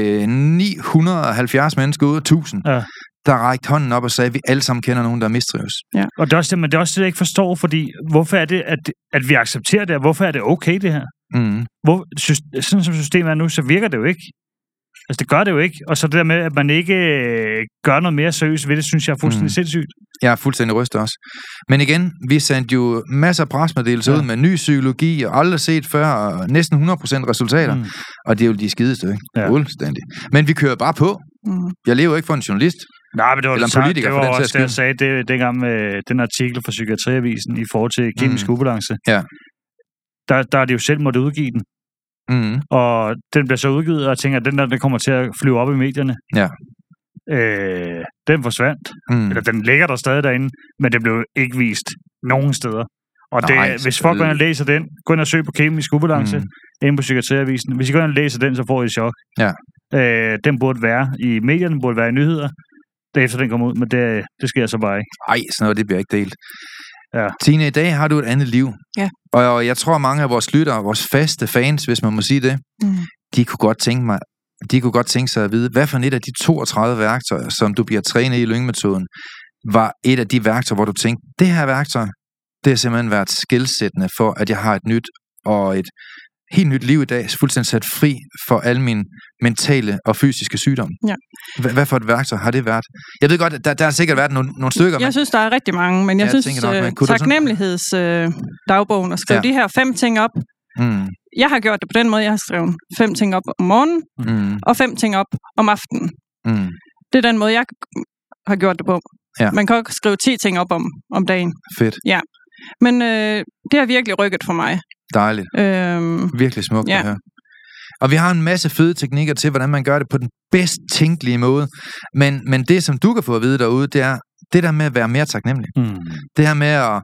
970 mennesker ud af 1000. Der rækte hånden op og sagde, at vi alle sammen kender nogen, der mistrives. Ja. Og det er også det, jeg ikke forstår, fordi hvorfor er det, at vi accepterer det, og hvorfor er det okay, det her? Sådan som systemet er nu, så virker det jo ikke. Altså, det gør det jo ikke. Og så det der med, at man ikke gør noget mere seriøst ved det, synes jeg er fuldstændig sindssygt. Jeg er fuldstændig rystet også. Men igen, vi sendte jo masser af pressemeddelelser ud med ny psykologi, og aldrig set før, og næsten 100% resultater. Og det er jo de skideste, ikke? Fuldstændig. Men vi kører bare på. Jeg lever ikke for en journalist. Nej, men det var, eller en politiker, det var også det, jeg sagde dengang med den artikel fra Psykiatriavisen i forhold til kemisk ubalance. Ja. Der er det jo selv måtte udgive den. Og den bliver så udgivet, og jeg tænker, at den kommer til at flyve op i medierne. Ja. Den forsvandt. Eller den ligger der stadig derinde, men det blev ikke vist nogen steder. Og hvis folk går ind og læser den, gå ind og søg på kemisk ubalance inde på Psykiatriavisen. Hvis I går ind og læser den, så får I et chok. Ja. Den burde være i medierne, den burde være i nyheder. Efter den kommer ud, men det sker så bare ikke. Nej, sådan noget, det bliver ikke delt. Ja. Tine, i dag har du et andet liv. Ja. Og jeg tror, mange af vores lyttere, vores faste fans, hvis man må sige det, de kunne godt tænke sig at vide, hvad for et af de 32 værktøjer, som du bliver trænet i Lyng-metoden, var et af de værktøjer, hvor du tænkte, det her værktøj, det har simpelthen været skelsættende for, at jeg har et nyt og et helt nyt liv i dag, fuldstændig sat fri for alle mine mentale og fysiske sygdomme. Ja. Hvad for et værktøj har det været? Jeg ved godt, der har sikkert været nogle stykker. Jeg synes, der er rigtig mange, men jeg synes, taknemmelighedsdagbogen, at skrive de her 5 ting op. Jeg har gjort det på den måde, jeg har skrevet 5 ting op om morgenen, og 5 ting op om aftenen. Det er den måde, jeg har gjort det på. Ja. Man kan også skrive 10 ting op om dagen. Fedt. Ja. Men det har virkelig rykket for mig. Dejligt. Virkelig smukt det her. Og vi har en masse fede teknikker til, hvordan man gør det på den bedst tænkelige måde. Men det, som du kan få at vide derude, det er det der med at være mere taknemmelig. Det her med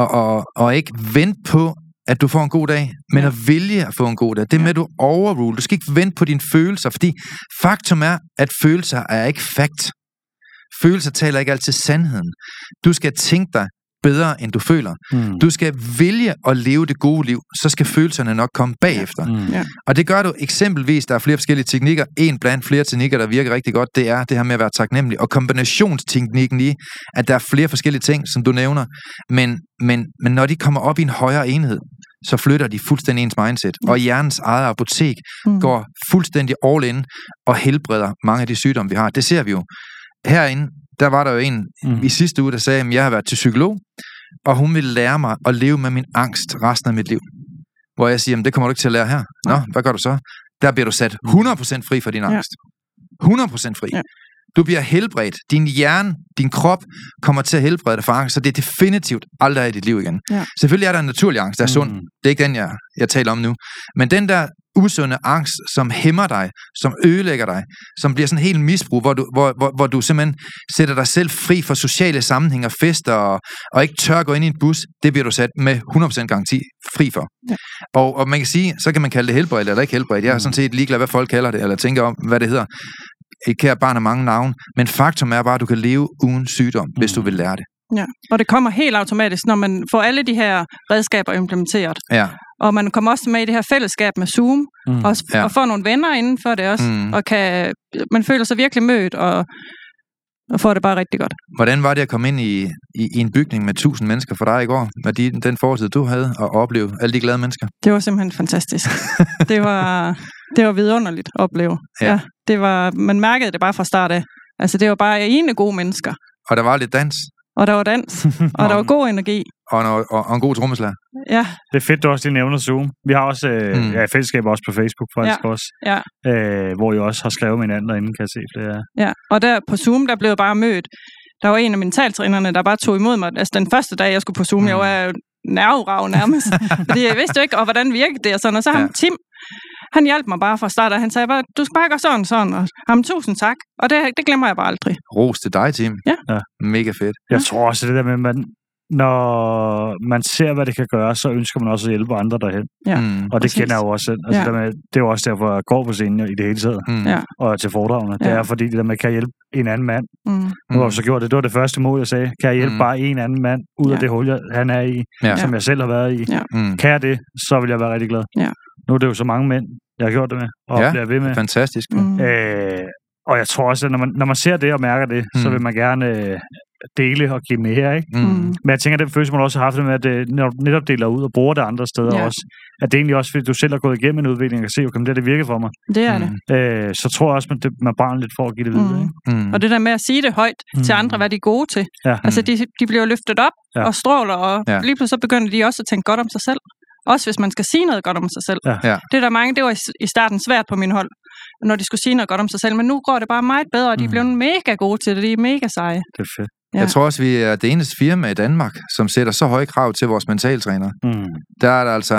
at ikke vente på, at du får en god dag, men at vælge at få en god dag. Det med, at du overrule. Du skal ikke vente på dine følelser, fordi faktum er, at følelser er ikke fact. Følelser taler ikke altid sandheden. Du skal tænke dig bedre, end du føler. Du skal vælge at leve det gode liv, så skal følelserne nok komme bagefter. Og det gør du eksempelvis, der er flere forskellige teknikker. En blandt flere teknikker, der virker rigtig godt, det er det her med at være taknemmelig. Og kombinationsteknikken i, at der er flere forskellige ting, som du nævner. Men når de kommer op i en højere enhed, så flytter de fuldstændig ens mindset. Og hjernens eget apotek går fuldstændig all in og helbreder mange af de sygdomme, vi har. Det ser vi jo. Herinde, der var der jo en i sidste uge, der sagde, at jeg har været til psykolog, og hun ville lære mig at leve med min angst resten af mit liv. Hvor jeg siger, det kommer du ikke til at lære her. Nå, hvad gør du så? Der bliver du sat 100% fri fra din angst. 100% fri. Ja. Du bliver helbredt. Din hjerne, din krop kommer til at helbrede dig for angst, så det er definitivt aldrig i dit liv igen. Ja. Selvfølgelig er der en naturlig angst, der er sund. Det er ikke den, jeg taler om nu. Men den der usunde angst, som hæmmer dig, som ødelægger dig, som bliver sådan helt misbrug, hvor du simpelthen sætter dig selv fri for sociale sammenhæng og fester, og ikke tør gå ind i en bus, det bliver du sat med 100% garanti fri for. Ja. Og man kan sige, så kan man kalde det helbredt eller ikke helbredt. Jeg er sådan set ligeglad, hvad folk kalder det, eller tænker om, hvad det hedder. Et kært barn har mange navne, men faktum er bare, at du kan leve uden sygdom, hvis du vil lære det. Ja, og det kommer helt automatisk, når man får alle de her redskaber implementeret. Ja. Og man kommer også med i det her fællesskab med Zoom, og får nogle venner inden for det også, og man føler sig virkelig mødt, og får det bare rigtig godt. Hvordan var det at komme ind i en bygning med 1000 mennesker for dig i går? Med den fortid, du havde, og opleve alle de glade mennesker? Det var simpelthen fantastisk. det var vidunderligt at opleve. Ja. Man mærkede det bare fra start af. Altså, det var bare ene gode mennesker. Og der var lidt dans. Og der var dans, og der var god energi. Og en god trommeslager. Ja. Det er fedt, du også lige nævner Zoom. Vi har også fællesskaber også på Facebook faktisk også, hvor I også har skrevet med hinanden derinde, kan jeg se flere. Ja, og der på Zoom, der blev jeg bare mødt. Der var en af mine taltrænerne, der bare tog imod mig. Altså den første dag, jeg skulle på Zoom, jeg var nerverav nærmest. Fordi jeg vidste jo ikke, hvordan virkede det og sådan. Og så ham Tim, han hjalp mig bare fra start, og han sagde bare, du skal bare gøre sådan, og ham 1000 tak. Og det glemmer jeg bare aldrig. Ros til dig, Tim. Ja. Mega fedt. Jeg tror også, det der med, når man ser, hvad det kan gøre, så ønsker man også at hjælpe andre derhen. Ja. Og det kender jeg jo også selv. Altså, det er jo også derfor, jeg går på scenen i det hele taget. Og til foredragene. Det er fordi, det der med, kan jeg hjælpe en anden mand? Nu har jeg så gjort det. Det var det første mål, jeg sagde. Kan jeg hjælpe bare en anden mand ud af det hul, han er i, som jeg selv har været i? Kan jeg det, så vil jeg være rigtig glad. Ja. Nu er det jo så mange mænd, jeg har gjort det med, og bliver ved med. Fantastisk. Og jeg tror også, at når man ser det og mærker det, så vil man gerne dele og give mere, ikke? Men jeg tænker, at den følelse, man også har haft det med, at når du netop deler ud og bruger det andre steder også, at det egentlig også, fordi du selv har gået igennem en udvikling og kan se, okay, det virker for mig. Det er det. Så tror jeg også, at man brænder lidt for at give det videre, ikke? Og det der med at sige det højt til andre, hvad de er gode til. Ja. Altså, de bliver løftet op og stråler, og lige pludselig så begynder de også at tænke godt om sig selv. Også hvis man skal sige noget godt om sig selv. Ja. Det der mange, det var i starten svært på min hold, når de skulle sige noget godt om sig selv. Men nu går det bare meget bedre, og de er blevet mega gode til det. De er mega seje. Det er fedt. Ja. Jeg tror også, vi er det eneste firma i Danmark, som sætter så høje krav til vores mentaltræner. Der er der altså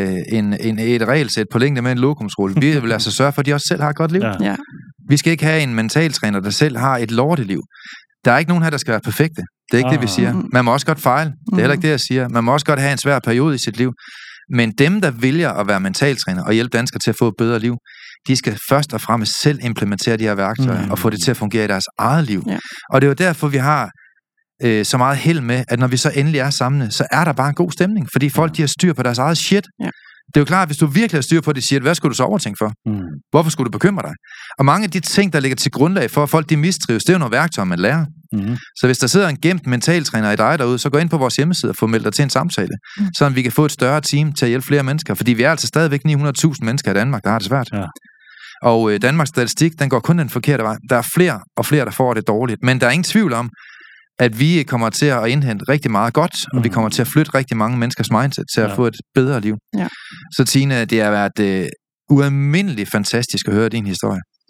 et regelsæt på længde med en lokumsrulle. Vi vil altså sørge for, at de også selv har et godt liv. Ja. Vi skal ikke have en mentaltræner, der selv har et lorteliv. Der er ikke nogen her, der skal være perfekte. Det er ikke det, vi siger. Man må også godt fejle. Det er heller ikke det, jeg siger. Man må også godt have en svær periode i sit liv. Men dem, der vælger at være mentaltræner og hjælpe danskere til at få et bedre liv, de skal først og fremmest selv implementere de her værktøjer og få det til at fungere i deres eget liv. Ja. Og det er jo derfor, vi har så meget held med, at når vi så endelig er samlet, så er der bare en god stemning, fordi folk de har styr på deres eget shit. Ja. Det er jo klart, at hvis du virkelig har styr på det shit, hvad skulle du så overtænke for? Hvorfor skulle du bekymre dig? Og mange af de ting, der ligger til grundlag for, at folk de mistrives, det er jo nogle værktøjer, man lærer. Så hvis der sidder en gemt mentaltræner i dig derude, så gå ind på vores hjemmeside og få meldt dig til en samtale, så vi kan få et større team til at hjælpe flere mennesker, fordi vi er altså stadigvæk 900.000 mennesker i Danmark, der har det svært. Ja. Og Danmarks statistik, den går kun den forkerte vej. Der er flere og flere, der får det dårligt, men der er ingen tvivl om, at vi kommer til at indhente rigtig meget godt, og vi kommer til at flytte rigtig mange menneskers mindset til at få et bedre liv. Ja. Så Tine, det har været ualmindeligt fantastisk at høre din historie.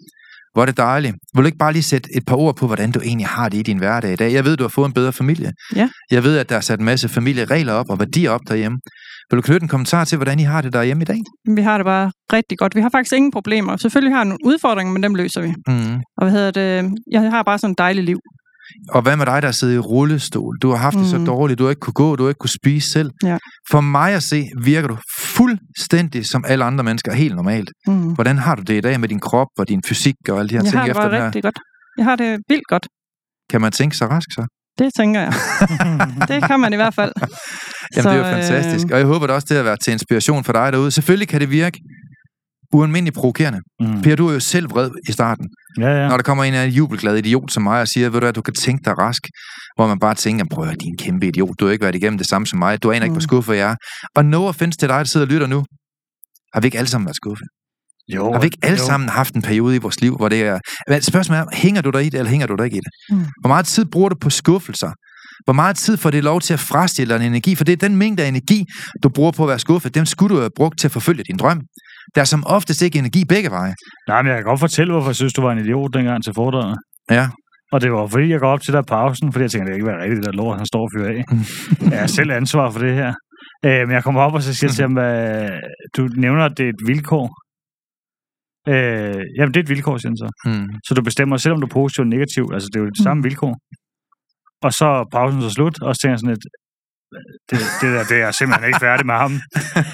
Hvor er det dejligt. Vil du ikke bare lige sætte et par ord på, hvordan du egentlig har det i din hverdag i dag? Jeg ved, du har fået en bedre familie. Ja. Jeg ved, at der er sat en masse familieregler op og værdier op derhjemme. Vil du knytte en kommentar til, hvordan I har det derhjemme i dag? Vi har det bare rigtig godt. Vi har faktisk ingen problemer. Selvfølgelig har vi nogle udfordringer, men dem løser vi. Og jeg har bare sådan et dejligt liv. Og hvad med dig, der sidder i rullestol? Du har haft det så dårligt, du har ikke kunne gå, du har ikke kunne spise selv. Ja. For mig at se, virker du fuldstændig som alle andre mennesker, helt normalt. Hvordan har du det i dag med din krop og din fysik og alle de her ting? Jeg har det bare rigtig godt. Jeg har det vildt godt. Kan man tænke sig rask så? Det tænker jeg. Det kan man i hvert fald. Jamen, det er jo fantastisk. Og jeg håber det også, det har været til inspiration for dig derude. Selvfølgelig kan det virke ualmindeligt provokerende. Per, du er jo selv vred i starten. Ja. Når der kommer en jubelglad idiot som mig og siger, ved du at du kan tænke dig rask, hvor man bare tænker, prøv at din kæmpe idiot, du har ikke været igennem det samme som mig, du aner ikke, hvor skuffet jeg er. Og no offense til dig, der sidder og lytter nu, har vi ikke alle sammen været skuffet? Jo. Har vi ikke alle sammen haft en periode i vores liv, hvor det er... Spørgsmålet er, hænger du der i det, eller hænger du der ikke i det? Hvor meget tid bruger du på skuffelser? Hvor meget tid får det lov til at frastille en energi? For det er den mængde af energi, du bruger på at være skuffet, dem skulle du have brugt til at forfølge din drøm. Der er som oftest ikke energi begge veje. Nej, men jeg kan godt fortælle, hvorfor jeg synes, du var en idiot dengang til foredraget. Ja. Og det var fordi, jeg går op til der pausen, fordi jeg tænker, det kan ikke være rigtigt, det der lort, han står og fyrer af. Jeg har selv ansvar for det her. Men jeg kommer op og så siger til ham, du nævner, at det er et vilkår. Jamen, det er et vilkår, siger han så. Så du bestemmer, selvom du er positiv og negativ, altså det er jo det samme vilkår. Og så er pausen så slut, og så tænker jeg sådan lidt, det er simpelthen ikke færdig med ham.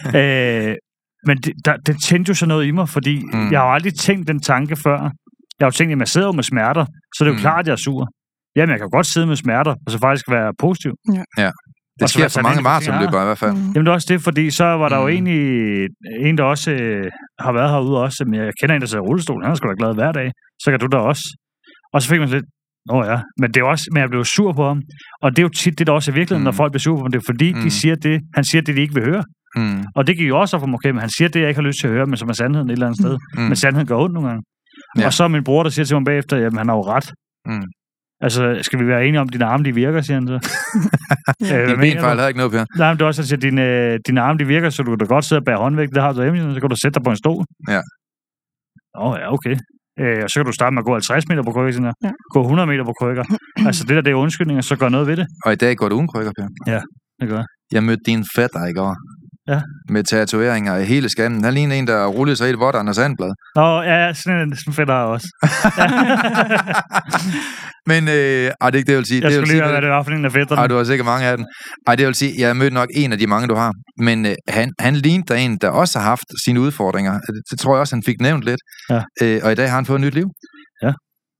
Men det tændte jo så noget i mig, fordi jeg har jo aldrig tænkt den tanke før. Jeg har jo tænkt, at jeg sidder med smerter, så det er jo klart, at jeg er sur. Jamen, jeg kan godt sidde med smerter, og så faktisk være positiv. Ja. Det sker for mange maratonløbere i hvert fald. Jamen, det er også det, fordi så var der jo egentlig en, der også har været herude også. Men jeg kender en, der sidder i rullestol. Han er sgu da glad hver dag. Så kan du da også. Og så fik man lidt, ja. Men det er også, men jeg blev sur på ham. Og det er jo tit det, der også er virkeligheden, når folk bliver sur på ham. Det er fordi, de siger det, han siger det, de ikke vil høre. Og det gik jo også op for mig, okay, men han siger det, jeg ikke har lyst til at høre, men som er sandheden et eller andet sted. Men sandheden gør ondt nogle gange. Ja. Og så er min bror, der siger til mig bagefter, jamen han har jo ret. Altså, skal vi være enige om, at dine arme, de virker, siger han så. Din benfejl har ikke noget, Per. Nej, men det er også, at dine arme, de virker, så du kan da godt sidde og bære håndvægt. Det har du hjemme, så kan du sætte dig på en stol. Ja. Ja, okay. Og så kan du starte med at gå 50 meter på krykker, gå 100 meter på krykker. Altså, det er undskyldninger, så gør noget ved det. Og i dag går du uden krykker, Per. Ja, det gør. Jeg mødte din fætter i går. Ja. Med tatoveringer i hele skammen. Han ligner en, der rullede sig i et vådt Anders Sandblad. Ja, sådan fætter jeg også. Men, det er ikke det, jeg vil sige. Jeg skulle lige høre, hvad det var for en af fætterne. Du har sikkert mange af dem. Det vil sige, jeg mødte nok en af de mange, du har. Men han lignede der en, der også har haft sine udfordringer. Det tror jeg også, han fik nævnt lidt. Ja. Og i dag har han fået et nyt liv. Ja.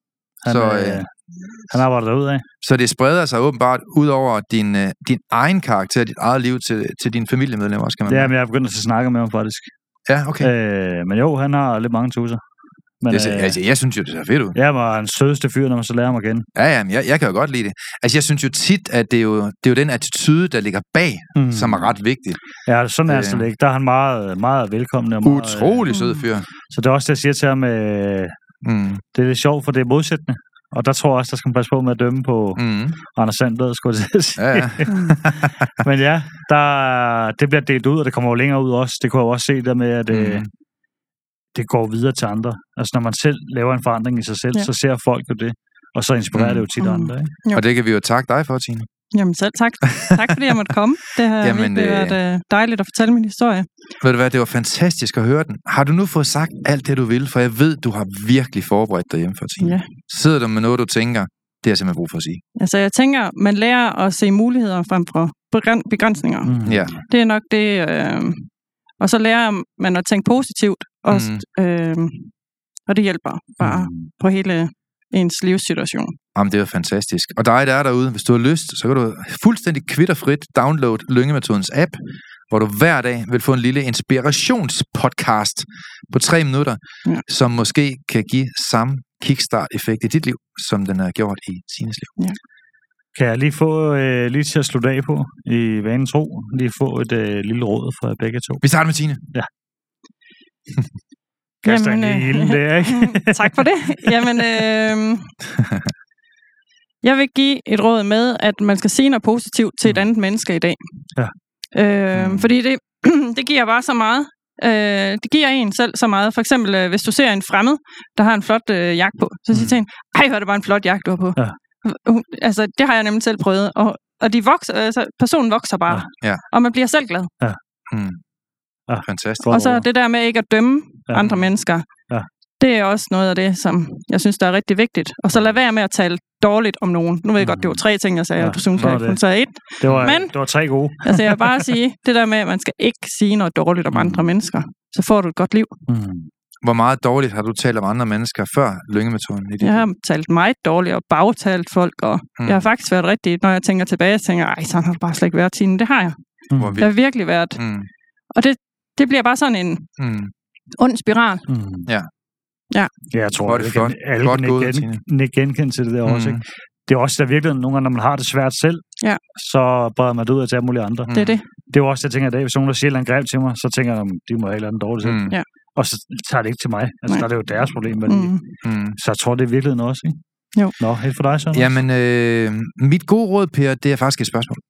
Han arbejder derudad. Så det spreder sig åbenbart ud over din egen karakter, dit eget liv til dine familiemedlemmer også, kan man. Ja, men jeg er begyndt at snakke med ham faktisk. Ja, okay. Men jo, han har lidt mange tusser. Men, jeg synes jo, det ser fedt ud. Ja, men han sødeste fyr, når man så lærer ham igen. Ja, men jeg kan jo godt lide det. Altså, jeg synes jo tit, at det er jo den attitude, der ligger bag, som er ret vigtig. Ja, sådan er det ikke. Der er han meget, meget velkommen. Og utrolig sød fyr. Så det er også det, jeg siger til ham, det er lidt sjovt, for det er modsættende. Og der tror jeg også, der skal man passe på med at dømme på Anders Sandblad, skulle jeg sige. Ja. Men ja, det bliver delt ud, og det kommer jo længere ud også. Det kunne jeg jo også se der med, at det går videre til andre. Altså når man selv laver en forandring i sig selv, så ser folk jo det. Og så inspirerer det jo tit andre. Ikke? Og det kan vi jo takke dig for, Tine. Jamen selv tak. Tak fordi jeg måtte komme. Det har været dejligt at fortælle min historie. Ved du hvad, det var fantastisk at høre den. Har du nu fået sagt alt det, du vil? For jeg ved, du har virkelig forberedt dig hjemme for, Tine. Ja. Sidder du med noget, du tænker, det har jeg simpelthen brug for at sige? Altså jeg tænker, man lærer at se muligheder frem for begrænsninger. Ja. Det er nok det. Og så lærer man at tænke positivt også. Og det hjælper bare på hele ens livssituation. Jamen, det er jo fantastisk. Og dig, der er derude, hvis du har lyst, så kan du fuldstændig kvitterfrit downloade Lyngemetodens app, hvor du hver dag vil få en lille inspirationspodcast på 3 minutter, som måske kan give samme kickstart-effekt i dit liv, som den har gjort i Tines liv. Ja. Kan jeg lige få, lige til at slutte af på, i vanen tro, lige få et lille råd fra begge to? Vi starter med Tine. Ja. Jamen, tak for det. Jamen, jeg vil give et råd med, at man skal sige noget positivt til et andet menneske i dag. Ja. Fordi det giver bare så meget. det giver en selv så meget. For eksempel, hvis du ser en fremmed, der har en flot jakke på, så siger til en, ej, hvor er det bare en flot jakke, du har på. Ja. Altså, det har jeg nemlig selv prøvet. Og de vokser, altså, personen vokser bare. Ja. Og man bliver selv glad. Ja. Fantastisk. Og så det der med ikke at dømme andre mennesker. Ja. Det er også noget af det, som jeg synes, der er rigtig vigtigt. Og så lad være med at tale dårligt om nogen. Nu ved jeg godt, det var 3 ting, jeg sagde, og du synes, at jeg kun sagde 1. Det var 3 gode. Altså, jeg vil bare sige, det der med, at man skal ikke sige noget dårligt om andre mennesker. Så får du et godt liv. Hvor meget dårligt har du talt om andre mennesker før lyngemetoden? Jeg har talt meget dårligt og bagtalt folk, og jeg har faktisk været rigtig, når jeg tænker tilbage, så tænker jeg, ej, sådan har du bare slet ikke været, Tine. Det har jeg. Det har virkelig været. Og det bliver bare sådan en ond spiral. Ja, jeg tror, at alle kan genkende til det der også. Ikke? Det er også der virkelig nogle gange, når man har det svært selv, så breder man det ud af til alle mulige andre. Det er det. Det er jo også, jeg tænker i dag, hvis nogen der siger en greb til mig, så tænker jeg, de må have et eller andet dårligt selv. Ja. Og så tager det ikke til mig. Altså, der er det jo deres problem. Så jeg tror, det er virkeligheden også, ikke? Jo. Nå, helt for dig, Søren. Jamen, mit gode råd, Per, det er faktisk et spørgsmål.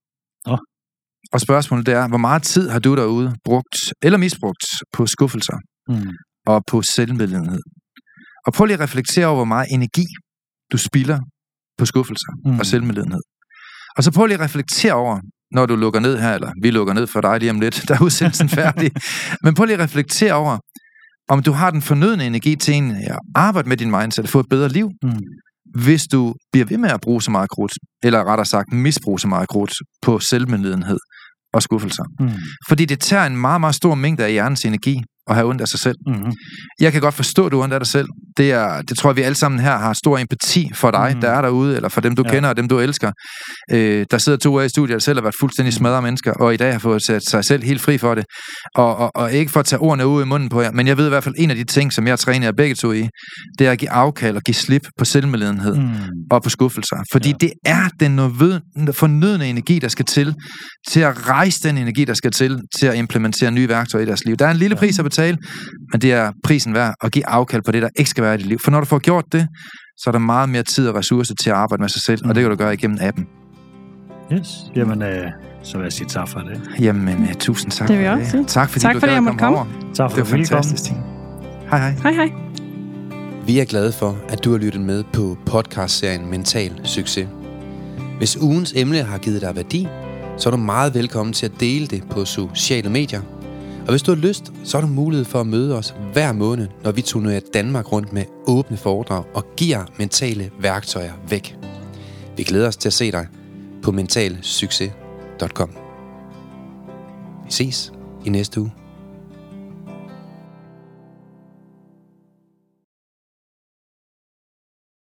Og spørgsmålet det er, hvor meget tid har du derude brugt eller misbrugt på skuffelser og på selvmedlidenhed? Og prøv lige at reflektere over, hvor meget energi du spilder på skuffelser og selvmedlidenhed. Og så prøv lige at reflektere over, når du lukker ned her, eller vi lukker ned for dig lige om lidt, der er udsendelsen færdig. Men prøv lige at reflektere over, om du har den fornødne energi til at arbejde med din mindset og få et bedre liv, hvis du bliver ved med at bruge så meget krudt, eller rettere sagt misbruge så meget krudt på selvmedlidenhed og skuffelser. Fordi det tager en meget, meget stor mængde af hjernens energi at have ondt af sig selv. Jeg kan godt forstå, at du har ondt af dig selv. Det tror jeg, vi alle sammen her har stor empati for dig, der er derude, eller for dem, du kender og dem, du elsker. Der sidder 2 af i studiet, der selv har været fuldstændig smadret mennesker, og i dag har fået sat sig selv helt fri for det. Og ikke for at tage ordene ud i munden på jer, men jeg ved i hvert fald, en af de ting, som jeg træner jer begge to i, det er at give afkald og give slip på selvmedlidenhed og på skuffelser. Fordi det er den fornødne energi, der skal til at rejse den energi, der skal til at implementere nye værktøjer i deres liv. Der er en lille pris at betale, men det er prisen værd at give afkald på det, der ikke skal være i dit liv. For når du får gjort det, så er der meget mere tid og ressourcer til at arbejde med sig selv, og det kan du gøre igennem appen. Yes. Jamen, så vil jeg sige tak for det. Jamen, tusind tak. Det vil jeg også sige. Tak fordi du gad at komme over. Tak for det var fantastisk. Hej hej. Hej hej. Vi er glade for, at du har lyttet med på podcastserien Mental Succes. Hvis ugens emne har givet dig værdi, så er du meget velkommen til at dele det på sociale medier. Og hvis du har lyst, så har du mulighed for at møde os hver måned, når vi turnerer Danmark rundt med åbne foredrag og giver mentale værktøjer væk. Vi glæder os til at se dig på mentalsucces.com. Vi ses i næste uge.